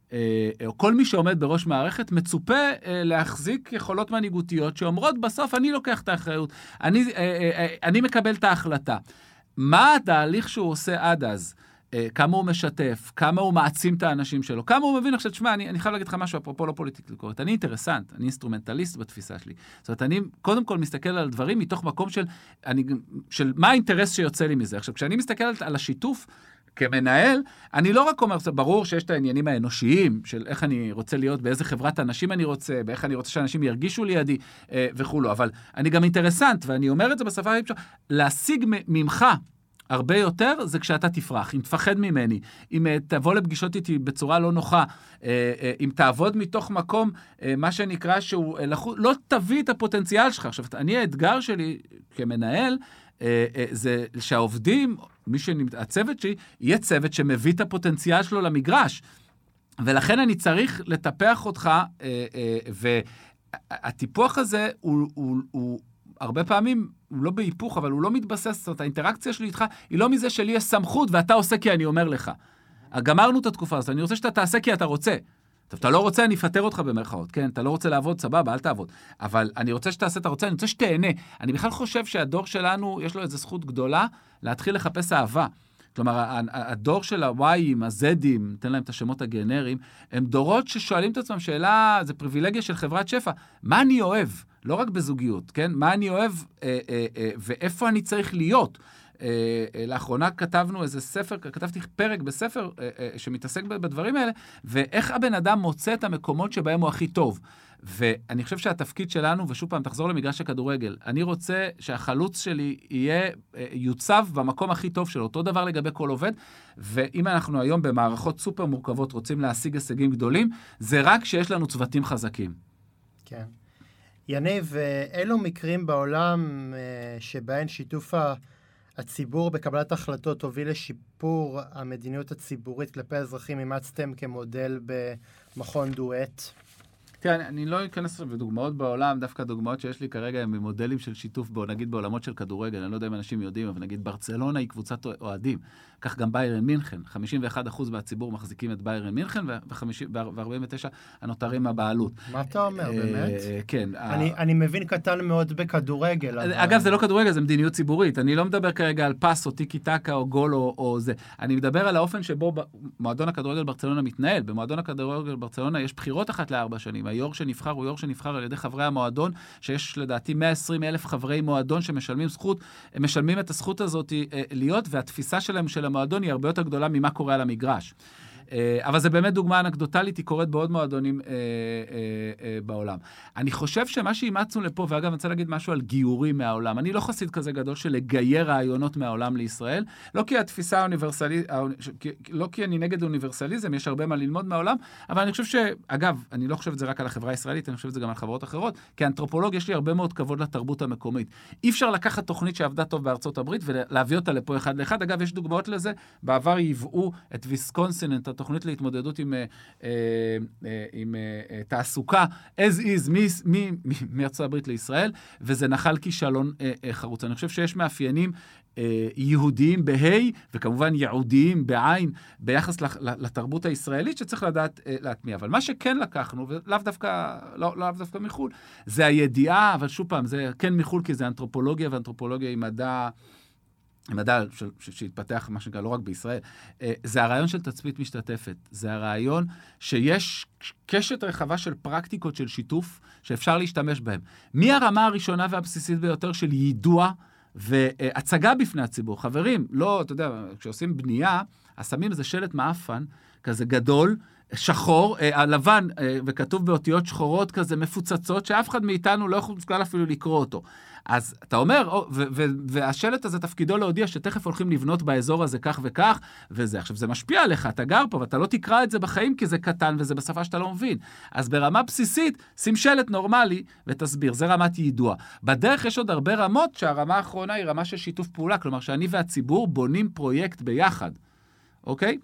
או כל מי שעומד בראש מערכת, מצופה להחזיק יכולות מנהיגותיות שאומרות בסוף, אני לוקח את האחריות, אני, אני מקבל את ההחלטה. מה התהליך שהוא עושה עד אז? כמה הוא משתף, כמה הוא מעצים את האנשים שלו, כמה הוא מבין עכשיו, תשמע, אני, אני חייב להגיד לך משהו, אפרופו לא פוליטיקלי קורקט, אני אינטרסנט, אני אינסטרומנטליסט בתפיסה שלי. זאת אומרת, אני קודם כל מסתכל על דברים מתוך מקום של, אני, של מה האינטרס שיוצא לי מזה. עכשיו, כשאני מסתכל על, על השיתוף, כמנהל, אני לא רק אומר, זה ברור שיש את העניינים האנושיים, של איך אני רוצה להיות, באיזה חברת אנשים אני רוצה, באיך אני רוצה שאנשים ירגישו לידי, אה, וכולו, אבל אני גם אינטרסנט, ואני אומר את זה בשפה הכי פשוטה, להשיג ממך הרבה יותר, זה כשאתה תפרח, אם תפחד ממני, אם uh, תבוא לפגישות איתי בצורה לא נוחה, uh, uh, אם תעבוד מתוך מקום, uh, מה שנקרא שהוא, uh, לחו, לא תביא את הפוטנציאל שלך. עכשיו, אני, האתגר שלי כמנהל, uh, uh, זה שהעובדים, מי שנמצא, הצוות שלי, יהיה צוות שמביא את הפוטנציאל שלו למגרש. ולכן אני צריך לטפח אותך, uh, uh, והטיפוח הזה הוא, הוא, הוא הרבה פעמים, הוא לא בהיפוך, אבל הוא לא מתבסס, זאת אומרת, האינטראקציה שלי איתך, היא לא מזה שלי יש סמכות, ואתה עושה כי אני אומר לך. גמרנו את התקופה הזאת, אני רוצה שאתה תעשה כי אתה רוצה. טוב, אתה לא רוצה, אני אפטר אותך במרכאות, כן? אתה לא רוצה לעבוד, סבבה, אל תעבוד. אבל אני רוצה שתעשה, אתה רוצה, אני רוצה שתהנה. אני בכלל חושב שהדור שלנו, יש לו איזו זכות גדולה, להתחיל לחפש אהבה. כלומר, הדור של הוויים, הזדים, ניתן להם את השמות הגנריים, הם דורות ששואלים את עצמם שאלה, זה פריבילגיה של חברת שפע, מה אני אוהב? לא רק בזוגיות, כן? מה אני אוהב אה, אה, אה, ואיפה אני צריך להיות? אה, אה, לאחרונה כתבנו איזה ספר, כתבתי פרק בספר אה, אה, שמתעסק בדברים האלה, ואיך הבן אדם מוצא את המקומות שבהם הוא הכי טוב. ואני חושב שהתפקיד שלנו, ושוב פעם, תחזור למגרש הכדורגל, אני רוצה שהחלוץ שלי יהיה, יוצב במקום הכי טוב שלו, אותו דבר לגבי כל עובד, ואם אנחנו היום במערכות סופר מורכבות רוצים להשיג הישגים גדולים, זה רק שיש לנו צוותים חזקים. כן. יניב, אילו מקרים בעולם שבהן שיתוף הציבור בקבלת החלטות הוביל לשיפור המדיניות הציבורית כלפי האזרחים, אימצתם כמודל במכון דואט? תראה, אני לא אכנס בדוגמאות בעולם, דווקא דוגמאות שיש לי כרגע הם ממודלים של שיתוף, בו, נגיד בעולמות של כדורגל, אני לא יודע אם אנשים יודעים, אבל נגיד ברצלונה היא קבוצת אוהדים, כך גם ביירן מינכן, חמישים ואחד אחוז מהציבור מחזיקים את ביירן מינכן, ו-ארבעים ותשע הנותרים מהבעלות. מה אתה אומר, באמת? כן. אני מבין קטן מאוד בכדורגל. אגב, זה לא כדורגל, זה מדיניות ציבורית. אני לא מדבר כרגע על פס או טיקי טקה או גול או זה. אני מדבר על האופן שבו מועדון הכדורגל ברצלונה מתנהל. במועדון הכדורגל ברצלונה יש בחירות אחת לארבע שנים. היו"ר שנבחר הוא יו"ר שנבחר על ידי חברי המועדון, שיש לדעתי מאה ועשרים אלף חברי מועדון שמשלמים זכות, הם משלמים את הזכות הזאת להיות, והתפיסה שלהם של המועדון היא הרבה יותר גדולה ממה קורה על המגרש. אבל זה באמת דוגמה אנקדוטלית, היא קורית בעוד מועדונים אה, אה, אה, בעולם. אני חושב שמה שאימצנו לפה, ואגב, אני רוצה להגיד משהו על גיורים מהעולם, אני לא חסיד כזה גדול של לגייר רעיונות מהעולם לישראל, לא כי התפיסה האוניברסלית, לא כי אני נגד אוניברסליזם, יש הרבה מה ללמוד מהעולם, אבל אני חושב שאגב, אני לא חושב את זה רק על החברה הישראלית, אני חושב את זה גם על חברות אחרות, כי האנתרופולוג יש לי הרבה מאוד כבוד לתרבות המקומית. אי אפשר לקחת תוכנית שעבדה טוב בארצות הברית ולהביא אותה לפה אחד לאחד. אגב, יש דוגמאות לזה. בעבר ייבאו את ויסקונסין, את התוכנית להתמודדות עם, עם תעסוקה, as is, מארצות הברית לישראל, וזה נחל כישלון חרוץ. אני חושב שיש מאפיינים יהודיים בהי, וכמובן יהודיים בעין, ביחס לתרבות הישראלית, שצריך לדעת להטמיע. אבל מה שכן לקחנו, ולאו דווקא, לא, לא דווקא מחול, זה הידיעה, אבל שוב פעם, זה כן מחול, כי זה אנתרופולוגיה, ואנתרופולוגיה היא מדע, מדע שהתפתח, מה שנקרא, לא רק בישראל, זה הרעיון של תצפית משתתפת. זה הרעיון שיש קשת רחבה של פרקטיקות של שיתוף, שאפשר להשתמש בהם. מי הרמה הראשונה והבסיסית ביותר של יידוע והצגה בפני הציבור? חברים, לא, אתה יודע, כשעושים בנייה, אז שמים איזה שלט מאפן, כזה גדול, שחור, לבן, וכתוב באותיות שחורות כזה מפוצצות, שאף אחד מאיתנו לא יכול אפילו לקרוא אותו. אז אתה אומר, והשלט הזה תפקידו להודיע שתכף הולכים לבנות באזור הזה כך וכך, וזה. עכשיו, זה משפיע עליך, אתה גר פה, ואתה לא תקרא את זה בחיים, כי זה קטן, וזה בשפה שאתה לא מבין. אז ברמה בסיסית, שים שלט נורמלי, ותסביר, זה רמת יידוע. בדרך יש עוד הרבה רמות, שהרמה האחרונה היא רמה של שיתוף פעולה, כלומר, שאני והציבור בונים פרויקט ביחד. אוקיי?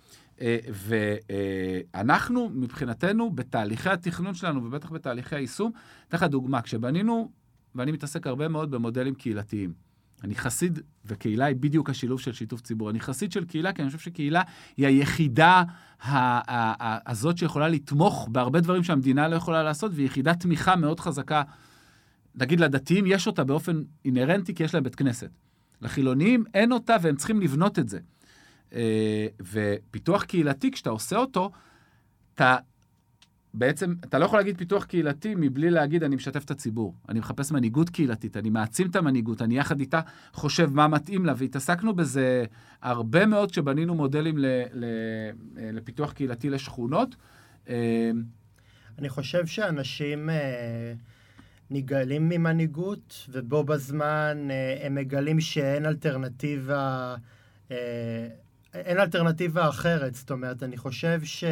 ואנחנו, מבחינתנו, בתהליכי התכנון שלנו, ובטח בתהליכי היישום, תחת דוגמה, כשבנינו, ואני מתעסק הרבה מאוד במודלים קהילתיים. אני חסיד, וקהילה היא בדיוק השילוב של שיתוף ציבור. אני חסיד של קהילה, כי אני חושב שקהילה היא היחידה הזאת שיכולה לתמוך בהרבה דברים שהמדינה לא יכולה לעשות, והיא יחידת תמיכה מאוד חזקה. נגיד לדתיים יש אותה באופן אינרנטי, כי יש להם בית כנסת. לחילוניים אין אותה, והם צריכים לבנות את זה. ופיתוח קהילתי, כשאתה עושה אותו, אתה בעצם, אתה לא יכול להגיד פיתוח קהילתי מבלי להגיד, אני משתף את הציבור. אני מחפש מנהיגות קהילתית, אני מעצים את המנהיגות, אני יחד איתה חושב מה מתאים לה, והתעסקנו בזה הרבה מאוד כשבנינו מודלים ל, ל, לפיתוח קהילתי לשכונות. אני חושב שאנשים נגאלים ממנהיגות, ובו בזמן הם מגלים שאין אלטרנטיבה, אין אלטרנטיבה אחרת. זאת אומרת, אני חושב ש...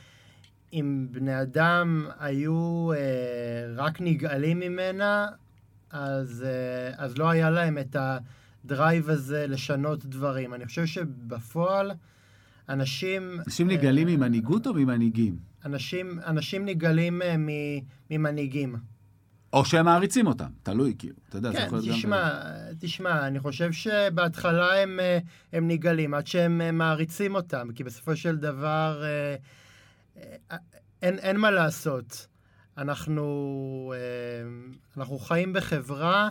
אם בני אדם היו אה, רק נגאלים ממנה, אז, אה, אז לא היה להם את הדרייב הזה לשנות דברים. אני חושב שבפועל אנשים... אנשים נגאלים אה, ממנהיגות או ממנהיגים? אנשים, אנשים נגאלים אה, ממנהיגים. או שהם מעריצים אותם, תלוי כאילו. אתה יודע, כן, תשמע, תשמע, אני חושב שבהתחלה הם, הם נגאלים, עד שהם מעריצים אותם, כי בסופו של דבר... אה, אין, אין מה לעשות. אנחנו, אנחנו חיים בחברה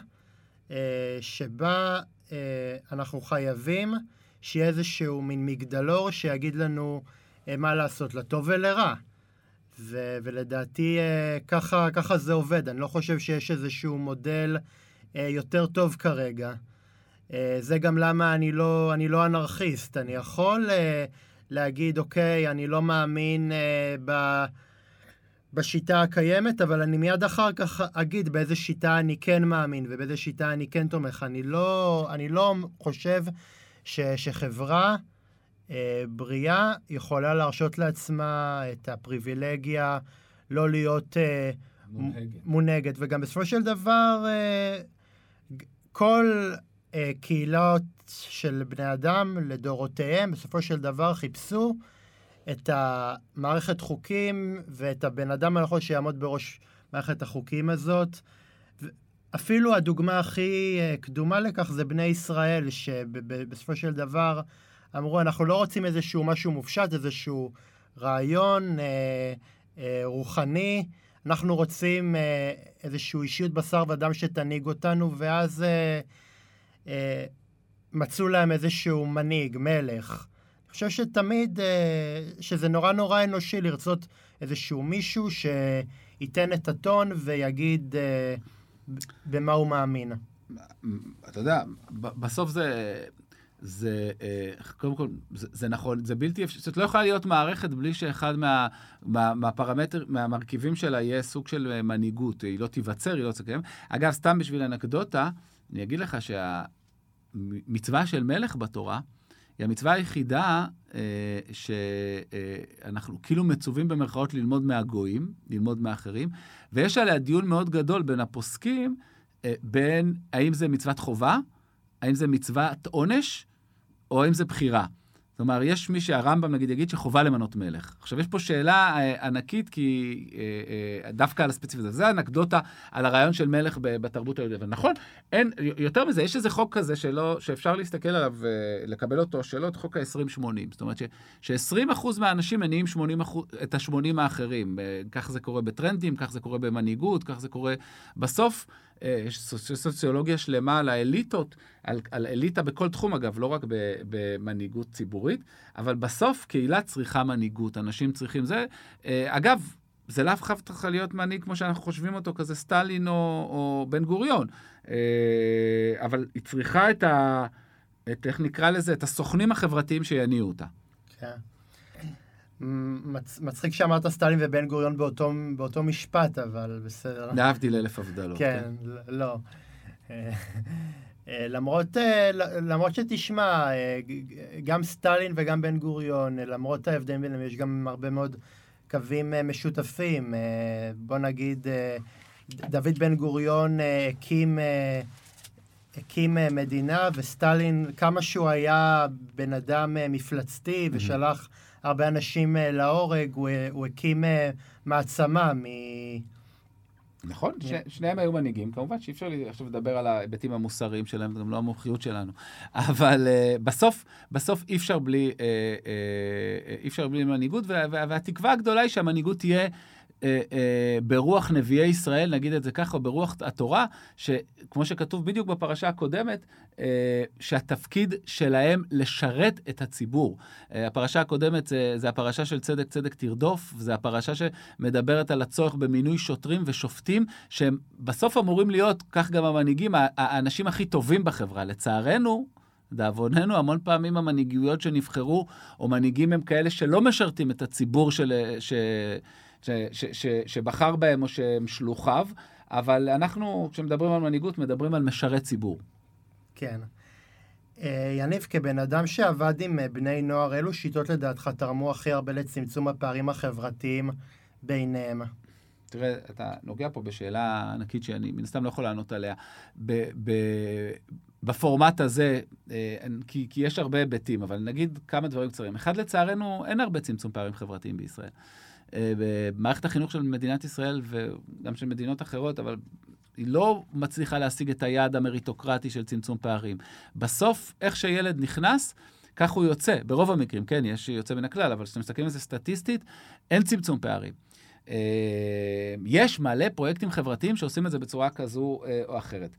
שבה אנחנו חייבים שיהיה איזשהו מין מגדלור שיגיד לנו מה לעשות, לטוב ולרע. ו, ולדעתי ככה, ככה זה עובד. אני לא חושב שיש איזשהו מודל יותר טוב כרגע. זה גם למה אני לא, אני לא אנרכיסט. אני יכול... להגיד, אוקיי, אני לא מאמין אה, ב, בשיטה הקיימת, אבל אני מיד אחר כך אגיד באיזה שיטה אני כן מאמין, ובאיזה שיטה אני כן תומך. אני לא, אני לא חושב ש, שחברה אה, בריאה יכולה להרשות לעצמה את הפריבילגיה לא להיות אה, מונהגת. מונהגת. וגם בסופו של דבר, אה, כל אה, קהילות של בני אדם לדורותיהם, בסופו של דבר חיפשו את המערכת חוקים ואת הבן אדם הנכון שיעמוד בראש מערכת החוקים הזאת. אפילו הדוגמה הכי קדומה לכך זה בני ישראל, שבסופו של דבר אמרו, אנחנו לא רוצים איזשהו משהו מופשט, איזשהו רעיון אה, אה, רוחני, אנחנו רוצים אה, איזשהו אישיות בשר ודם שתנהיג אותנו, ואז... אה, אה, מצאו להם איזשהו מנהיג, מלך. אני חושב שתמיד, שזה נורא נורא אנושי לרצות איזשהו מישהו שייתן את הטון ויגיד במה הוא מאמין. אתה יודע, בסוף זה, זה, קודם כל, זה, זה נכון, זה בלתי אפשר, זאת לא יכולה להיות מערכת בלי שאחד מה, מה, מהפרמטר, מהמרכיבים שלה יהיה סוג של מנהיגות, היא לא תיווצר, היא לא תקיים. אגב, סתם בשביל אנקדוטה, אני אגיד לך שה... מצווה של מלך בתורה, היא המצווה היחידה אה, שאנחנו כאילו מצווים במרכאות ללמוד מהגויים, ללמוד מאחרים, ויש עליה דיון מאוד גדול בין הפוסקים, אה, בין האם זה מצוות חובה, האם זה מצוות עונש, או האם זה בחירה. זאת אומרת, יש מי שהרמב"ם נגיד יגיד שחובה למנות מלך. עכשיו, יש פה שאלה אה, ענקית, כי אה, אה, דווקא על הספציפית הזה, זה אנקדוטה על הרעיון של מלך בתרבות היהודית. נכון, אין, יותר מזה, יש איזה חוק כזה שלא, שאפשר להסתכל עליו, אה, לקבל אותו, שלא את חוק ה-עשרים שמונים. זאת אומרת, ש-עשרים אחוז מהאנשים מניעים שמונים אחוז, את ה-שמונים האחרים. אה, כך זה קורה בטרנדים, כך זה קורה במנהיגות, כך זה קורה בסוף. יש סוציולוגיה שלמה על האליטות, על, על אליטה בכל תחום אגב, לא רק במנהיגות ציבורית, אבל בסוף קהילה צריכה מנהיגות, אנשים צריכים זה. אגב, זה לאו חייב להיות מנהיג כמו שאנחנו חושבים אותו, כזה סטלין או, או בן גוריון, אבל היא צריכה את ה... את, איך נקרא לזה? את הסוכנים החברתיים שיניעו אותה. כן. מצחיק שאמרת סטלין ובן גוריון באותו, באותו משפט, אבל בסדר. להבדיל אלף הבדלות. כן, לא. למרות, למרות שתשמע, גם סטלין וגם בן גוריון, למרות ההבדלים ביניהם, יש גם הרבה מאוד קווים משותפים. בוא נגיד, דוד בן גוריון הקים, הקים מדינה, וסטלין, כמה שהוא היה בן אדם מפלצתי ושלח הרבה אנשים להורג, הוא, הוא הקים מעצמה מ... נכון, ש... שניהם היו מנהיגים, כמובן שאי אפשר לי עכשיו לדבר על ההיבטים המוסריים שלהם, זה גם לא המומחיות שלנו, אבל uh, בסוף, בסוף אי אפשר בלי, uh, uh, אי אפשר בלי מנהיגות, וה, וה, והתקווה הגדולה היא שהמנהיגות תהיה Uh, uh, ברוח נביאי ישראל, נגיד את זה ככה, או ברוח התורה, שכמו שכתוב בדיוק בפרשה הקודמת, uh, שהתפקיד שלהם לשרת את הציבור. Uh, הפרשה הקודמת זה, זה הפרשה של צדק צדק תרדוף, זה הפרשה שמדברת על הצורך במינוי שוטרים ושופטים, שהם בסוף אמורים להיות, כך גם המנהיגים, האנשים הכי טובים בחברה. לצערנו, דאבוננו, המון פעמים המנהיגויות שנבחרו, או מנהיגים הם כאלה שלא משרתים את הציבור של... ש... ש, ש, ש, שבחר בהם או שהם שלוחיו, אבל אנחנו, כשמדברים על מנהיגות, מדברים על משרת ציבור. כן. יניב, כבן אדם שעבד עם בני נוער, אילו שיטות לדעתך תרמו הכי הרבה לצמצום הפערים החברתיים ביניהם? תראה, אתה נוגע פה בשאלה ענקית שאני מן הסתם לא יכול לענות עליה. ב, ב, בפורמט הזה, כי, כי יש הרבה היבטים, אבל נגיד כמה דברים קצרים. אחד, לצערנו, אין הרבה צמצום פערים חברתיים בישראל. במערכת החינוך של מדינת ישראל וגם של מדינות אחרות, אבל היא לא מצליחה להשיג את היעד המריטוקרטי של צמצום פערים. בסוף, איך שילד נכנס, כך הוא יוצא. ברוב המקרים, כן, יש יוצא מן הכלל, אבל כשאתם מסתכלים על זה סטטיסטית, אין צמצום פערים. יש מלא פרויקטים חברתיים שעושים את זה בצורה כזו או אחרת.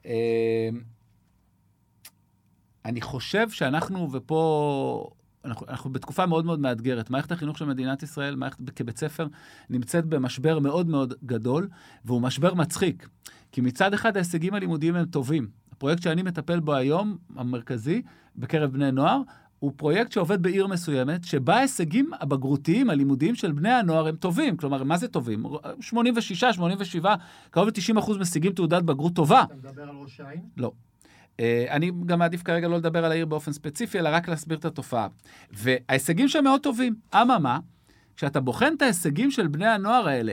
אני חושב שאנחנו, ופה... אנחנו, אנחנו בתקופה מאוד מאוד מאתגרת. מערכת החינוך של מדינת ישראל, מערכת כבית ספר, נמצאת במשבר מאוד מאוד גדול, והוא משבר מצחיק. כי מצד אחד ההישגים הלימודיים הם טובים. הפרויקט שאני מטפל בו היום, המרכזי, בקרב בני נוער, הוא פרויקט שעובד בעיר מסוימת, שבה ההישגים הבגרותיים, הלימודיים של בני הנוער הם טובים. כלומר, מה זה טובים? שמונים ושש, שמונים ושבע, קרוב ל-תשעים אחוז משיגים תעודת בגרות טובה. אתה מדבר על ראש העין? לא. אני גם מעדיף כרגע לא לדבר על העיר באופן ספציפי, אלא רק להסביר את התופעה. וההישגים שם מאוד טובים. אממה, כשאתה בוחן את ההישגים של בני הנוער האלה,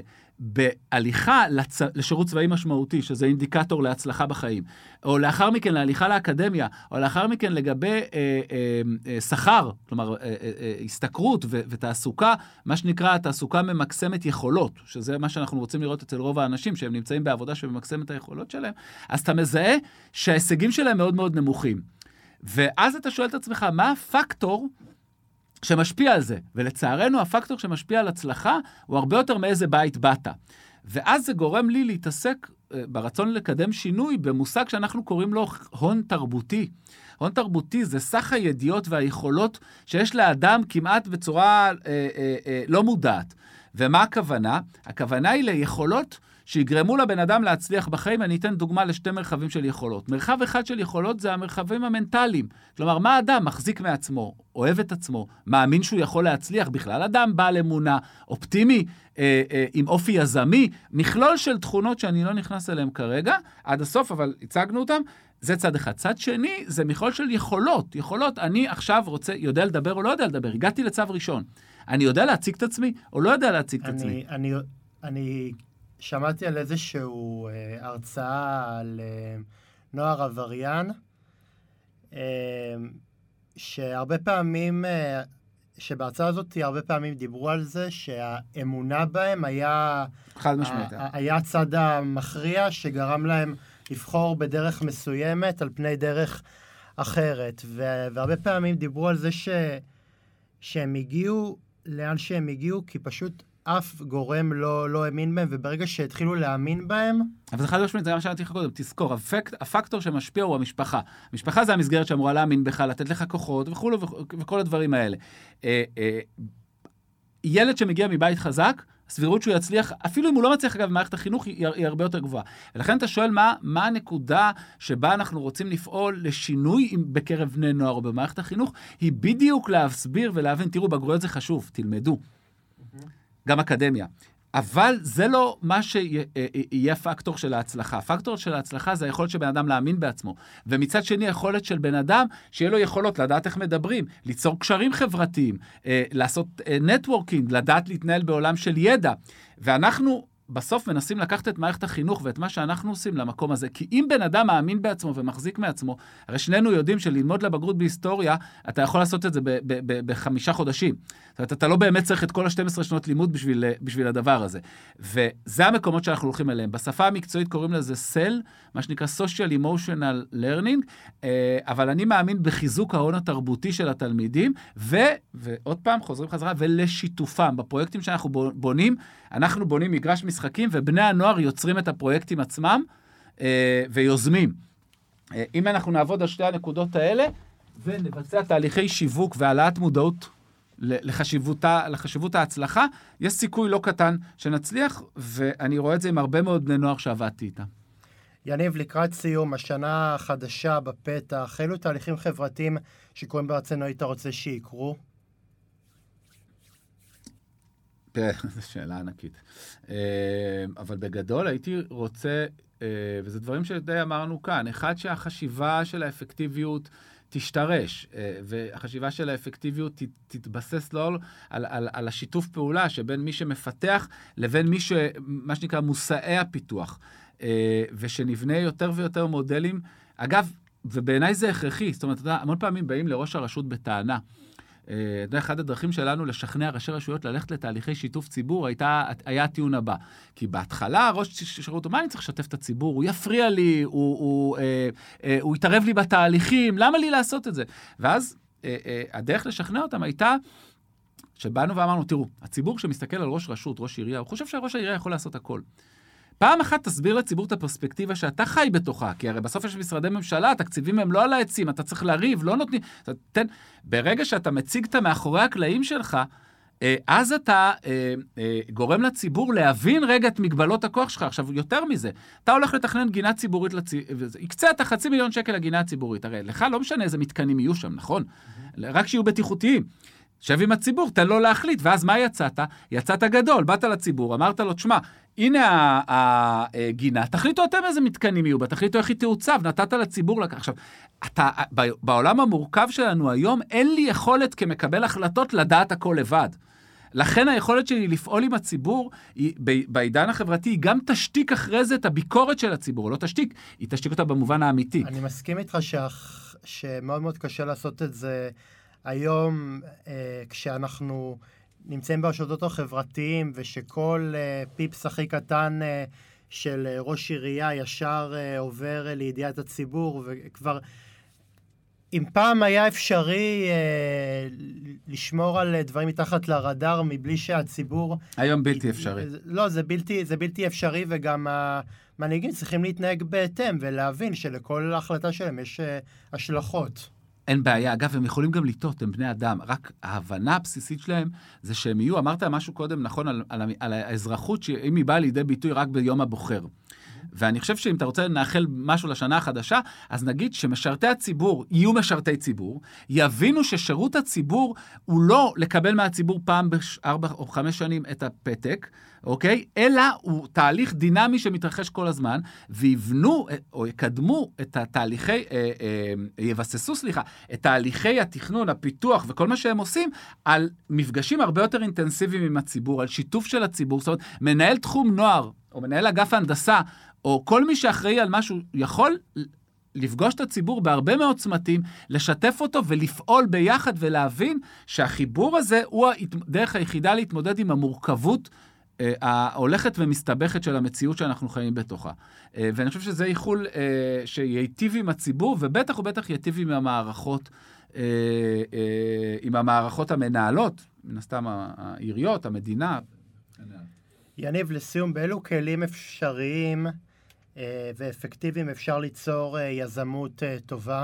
בהליכה לצ... לשירות צבאי משמעותי, שזה אינדיקטור להצלחה בחיים, או לאחר מכן להליכה לאקדמיה, או לאחר מכן לגבי אה, אה, אה, שכר, כלומר, אה, אה, אה, הסתכרות ו- ותעסוקה, מה שנקרא תעסוקה ממקסמת יכולות, שזה מה שאנחנו רוצים לראות אצל רוב האנשים, שהם נמצאים בעבודה שממקסמת את היכולות שלהם, אז אתה מזהה שההישגים שלהם מאוד מאוד נמוכים. ואז אתה שואל את עצמך, מה הפקטור שמשפיע על זה? ולצערנו, הפקטור שמשפיע על הצלחה הוא הרבה יותר מאיזה בית באת. ואז זה גורם לי להתעסק ברצון לקדם שינוי במושג שאנחנו קוראים לו הון תרבותי. הון תרבותי זה סך הידיעות והיכולות שיש לאדם כמעט בצורה אה, אה, אה, לא מודעת. ומה הכוונה? הכוונה היא ליכולות שיגרמו לבן אדם להצליח בחיים. אני אתן דוגמה לשתי מרחבים של יכולות. מרחב אחד של יכולות זה המרחבים המנטליים. כלומר, מה אדם מחזיק מעצמו, אוהב את עצמו, מאמין שהוא יכול להצליח בכלל. אדם בעל אמונה, אופטימי, אה, אה, עם אופי יזמי, מכלול של תכונות שאני לא נכנס אליהם כרגע, עד הסוף, אבל הצגנו אותם. זה צד אחד. צד שני, זה מכלול של יכולות. יכולות, אני עכשיו רוצה, יודע לדבר או לא יודע לדבר. הגעתי לצו ראשון. אני יודע להציג את עצמי או לא יודע להציג את אני, עצמי. אני, אני שמעתי על איזשהו אה, הרצאה על אה, נוער עבריין, אה, שהרבה פעמים, אה, שבהרצאה הזאת הרבה פעמים דיברו על זה שהאמונה בהם היה, חד משמעית. היה הצד המכריע שגרם להם לבחור בדרך מסוימת על פני דרך אחרת. והרבה פעמים דיברו על זה ש, שהם הגיעו לאן שהם הגיעו, כי פשוט אף גורם לא, לא האמין בהם, וברגע שהתחילו להאמין בהם... אבל זה חד משמעית, זה מה שאמרתי לך קודם, תזכור, הפקט, הפקטור שמשפיע הוא המשפחה. המשפחה זה המסגרת שאמורה להאמין בך, לתת לך כוחות וכו' וכל הדברים האלה. אה, אה, ילד שמגיע מבית חזק, הסבירות שהוא יצליח, אפילו אם הוא לא מצליח אגב במערכת החינוך, היא, היא הרבה יותר גבוהה. ולכן אתה שואל מה, מה הנקודה שבה אנחנו רוצים לפעול לשינוי בקרב בני נוער או במערכת החינוך, היא בדיוק להסביר ולהבין, תראו, בגרויות זה חשוב, תלמדו. Mm-hmm. גם אקדמיה. אבל זה לא מה שיהיה הפקטור של ההצלחה. הפקטור של ההצלחה זה היכולת של בן אדם להאמין בעצמו. ומצד שני, היכולת של בן אדם שיהיה לו יכולות לדעת איך מדברים, ליצור קשרים חברתיים, לעשות נטוורקינג, לדעת להתנהל בעולם של ידע. ואנחנו בסוף מנסים לקחת את מערכת החינוך ואת מה שאנחנו עושים למקום הזה, כי אם בן אדם מאמין בעצמו ומחזיק מעצמו, הרי שנינו יודעים שללמוד לבגרות בהיסטוריה, אתה יכול לעשות את זה בחמישה חודשים. זאת אומרת, אתה לא באמת צריך את כל ה-שתים עשרה שנות לימוד בשביל, בשביל הדבר הזה. וזה המקומות שאנחנו הולכים אליהם. בשפה המקצועית קוראים לזה סל, מה שנקרא Social Emotional Learning, אבל אני מאמין בחיזוק ההון התרבותי של התלמידים, ו, ועוד פעם חוזרים חזרה, ולשיתופם. בפרויקטים שאנחנו בונים, אנחנו בונים מגרש משחקים, ובני הנוער יוצרים את הפרויקטים עצמם, ויוזמים. אם אנחנו נעבוד על שתי הנקודות האלה, ונבצע תהליכי שיווק והעלאת מודעות לחשיבותה, לחשיבות ההצלחה, יש סיכוי לא קטן שנצליח, ואני רואה את זה עם הרבה מאוד בני נוער שעבדתי איתם. יניב, לקראת סיום, השנה החדשה בפתח, אילו תהליכים חברתיים שקורים בארצנו היית רוצה שיקרו? זו שאלה ענקית. אבל בגדול הייתי רוצה, וזה דברים שדי אמרנו כאן, אחד שהחשיבה של האפקטיביות תשתרש, והחשיבה של האפקטיביות תתבסס לא על, על, על השיתוף פעולה שבין מי שמפתח לבין מי ש, מה שנקרא מושאי הפיתוח, ושנבנה יותר ויותר מודלים. אגב, ובעיניי זה הכרחי, זאת אומרת, אתה יודע, המון פעמים באים לראש הרשות בטענה, אתה יודע, אחד הדרכים שלנו לשכנע ראשי רשויות ללכת לתהליכי שיתוף ציבור הייתה, היה הטיעון הבא. כי בהתחלה ראש שירות, מה אני צריך לשתף את הציבור? הוא יפריע לי, הוא, הוא, אה, אה, הוא יתערב לי בתהליכים, למה לי לעשות את זה? ואז אה, אה, הדרך לשכנע אותם הייתה, שבאנו ואמרנו, תראו, הציבור שמסתכל על ראש רשות, ראש עירייה, הוא חושב שראש העירייה יכול לעשות הכל. פעם אחת תסביר לציבור את הפרספקטיבה שאתה חי בתוכה, כי הרי בסוף יש משרדי ממשלה, התקציבים הם לא על העצים, אתה צריך להריב, לא נותנים. תן, ברגע שאתה מציג את מאחורי הקלעים שלך, אז אתה גורם לציבור להבין רגע את מגבלות הכוח שלך. עכשיו, יותר מזה, אתה הולך לתכנן גינה ציבורית, יקצה את החצי מיליון שקל לגינה הציבורית. הרי לך לא משנה איזה מתקנים יהיו שם, נכון? רק שיהיו בטיחותיים. שב עם הציבור, תן לו להחליט, ואז מה יצאת? יצאת גדול, באת לציבור, אמרת לו, תשמע, הנה הגינה, תחליטו אתם איזה מתקנים יהיו בה, תחליטו איך היא תעוצב, נתת לציבור לקח. עכשיו, אתה, בעולם המורכב שלנו היום, אין לי יכולת כמקבל החלטות לדעת הכל לבד. לכן היכולת שלי לפעול עם הציבור, היא, בעידן החברתי, היא גם תשתיק אחרי זה את הביקורת של הציבור, לא תשתיק, היא תשתיק אותה במובן האמיתי. אני מסכים איתך שח... שמאוד מאוד קשה לעשות את זה היום, אה, כשאנחנו נמצאים ברשתות החברתיים, ושכל אה, פיפס הכי קטן אה, של אה, ראש עירייה ישר אה, עובר אה, לידיעת הציבור, וכבר אם פעם היה אפשרי אה, לשמור על דברים מתחת לרדאר מבלי שהציבור... היום בלתי אפשרי. לא, זה בלתי, זה בלתי אפשרי, וגם המנהיגים צריכים להתנהג בהתאם ולהבין שלכל החלטה שלהם יש אה, השלכות. אין בעיה. אגב, הם יכולים גם לטעות, הם בני אדם. רק ההבנה הבסיסית שלהם זה שהם יהיו, אמרת משהו קודם נכון על, על, על האזרחות, שאם היא באה לידי ביטוי רק ביום הבוחר. ואני חושב שאם אתה רוצה לנאחל משהו לשנה החדשה, אז נגיד שמשרתי הציבור יהיו משרתי ציבור, יבינו ששירות הציבור הוא לא לקבל מהציבור פעם בארבע או חמש שנים את הפתק, אוקיי? אלא הוא תהליך דינמי שמתרחש כל הזמן, ויבנו או יקדמו את התהליכי, אה, אה, יבססו, סליחה, את תהליכי התכנון, הפיתוח וכל מה שהם עושים, על מפגשים הרבה יותר אינטנסיביים עם הציבור, על שיתוף של הציבור. זאת אומרת, מנהל תחום נוער, או מנהל אגף ההנדסה, או כל מי שאחראי על משהו, יכול לפגוש את הציבור בהרבה מאוד צמתים, לשתף אותו ולפעול ביחד ולהבין שהחיבור הזה הוא הדרך היחידה להתמודד עם המורכבות אה, ההולכת ומסתבכת של המציאות שאנחנו חיים בתוכה. אה, ואני חושב שזה ייחול אה, שייטיב עם הציבור, ובטח ובטח ייטיב עם המערכות, אה, אה, עם המערכות המנהלות, מן הסתם העיריות, המדינה. יניב, לסיום, באילו כלים אפשריים אה, ואפקטיביים אפשר ליצור אה, יזמות אה, טובה?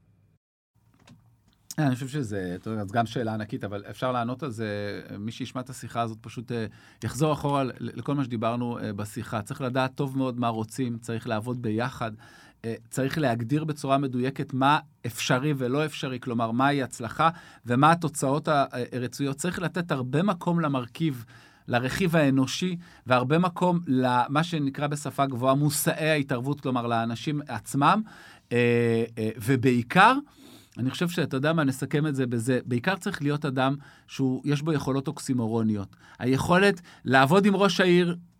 אני חושב שזה, אז גם שאלה ענקית, אבל אפשר לענות על זה, מי שישמע את השיחה הזאת פשוט אה, יחזור אחורה לכל מה שדיברנו אה, בשיחה. צריך לדעת טוב מאוד מה רוצים, צריך לעבוד ביחד, אה, צריך להגדיר בצורה מדויקת מה אפשרי ולא אפשרי, כלומר מהי הצלחה ומה התוצאות הרצויות. צריך לתת הרבה מקום למרכיב, לרכיב האנושי, והרבה מקום למה שנקרא בשפה גבוהה מושאי ההתערבות, כלומר לאנשים עצמם, ובעיקר, אני חושב שאתה יודע מה, נסכם את זה בזה, בעיקר צריך להיות אדם שיש בו יכולות אוקסימורוניות. היכולת לעבוד עם ראש העיר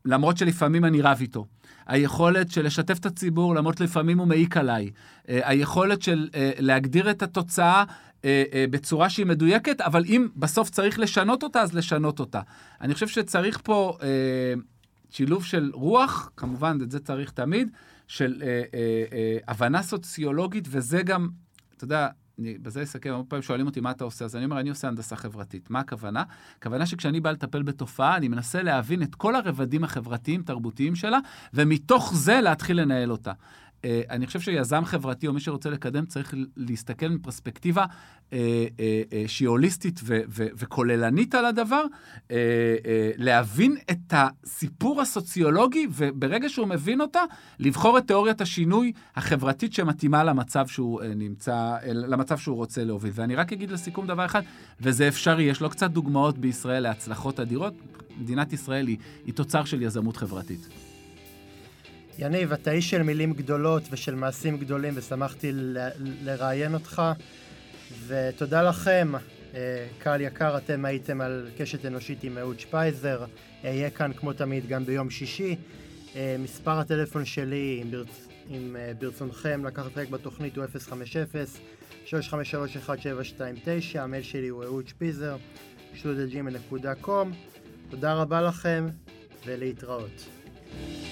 למרות שלפעמים אני רב איתו. היכולת של לשתף את הציבור, למרות לפעמים הוא מעיק עליי. היכולת של להגדיר את התוצאה בצורה שהיא מדויקת, אבל אם בסוף צריך לשנות אותה, אז לשנות אותה. אני חושב שצריך פה שילוב של רוח, כמובן, את זה צריך תמיד, של הבנה סוציולוגית, וזה גם, אתה יודע, אני בזה אסכם, הרבה פעמים שואלים אותי מה אתה עושה, אז אני אומר, אני עושה הנדסה חברתית. מה הכוונה? הכוונה שכשאני בא לטפל בתופעה, אני מנסה להבין את כל הרבדים החברתיים, תרבותיים שלה, ומתוך זה להתחיל לנהל אותה. אני חושב שיזם חברתי או מי שרוצה לקדם צריך להסתכל מפרספקטיבה שהיא הוליסטית וכוללנית על הדבר, להבין את הסיפור הסוציולוגי, וברגע שהוא מבין אותה, לבחור את תיאוריית השינוי החברתית שמתאימה למצב שהוא נמצא, למצב שהוא רוצה להוביל. ואני רק אגיד לסיכום דבר אחד, וזה אפשרי, יש לו קצת דוגמאות בישראל להצלחות אדירות, מדינת ישראל היא, היא תוצר של יזמות חברתית. יניב, אתה איש של מילים גדולות ושל מעשים גדולים, ושמחתי ל- לראיין אותך, ותודה לכם, קהל יקר, אתם הייתם על קשת אנושית עם אהוד שפייזר, אהיה כאן כמו תמיד גם ביום שישי. מספר הטלפון שלי, אם, ברצ... אם ברצונכם לקחת חלק בתוכנית, הוא אפס חמש אפס שלוש חמש שלוש אחת שבע שתיים תשע, המייל שלי הוא אהוד שפייזר, שטרודל ג'ימייל דוט קום. תודה רבה לכם ולהתראות.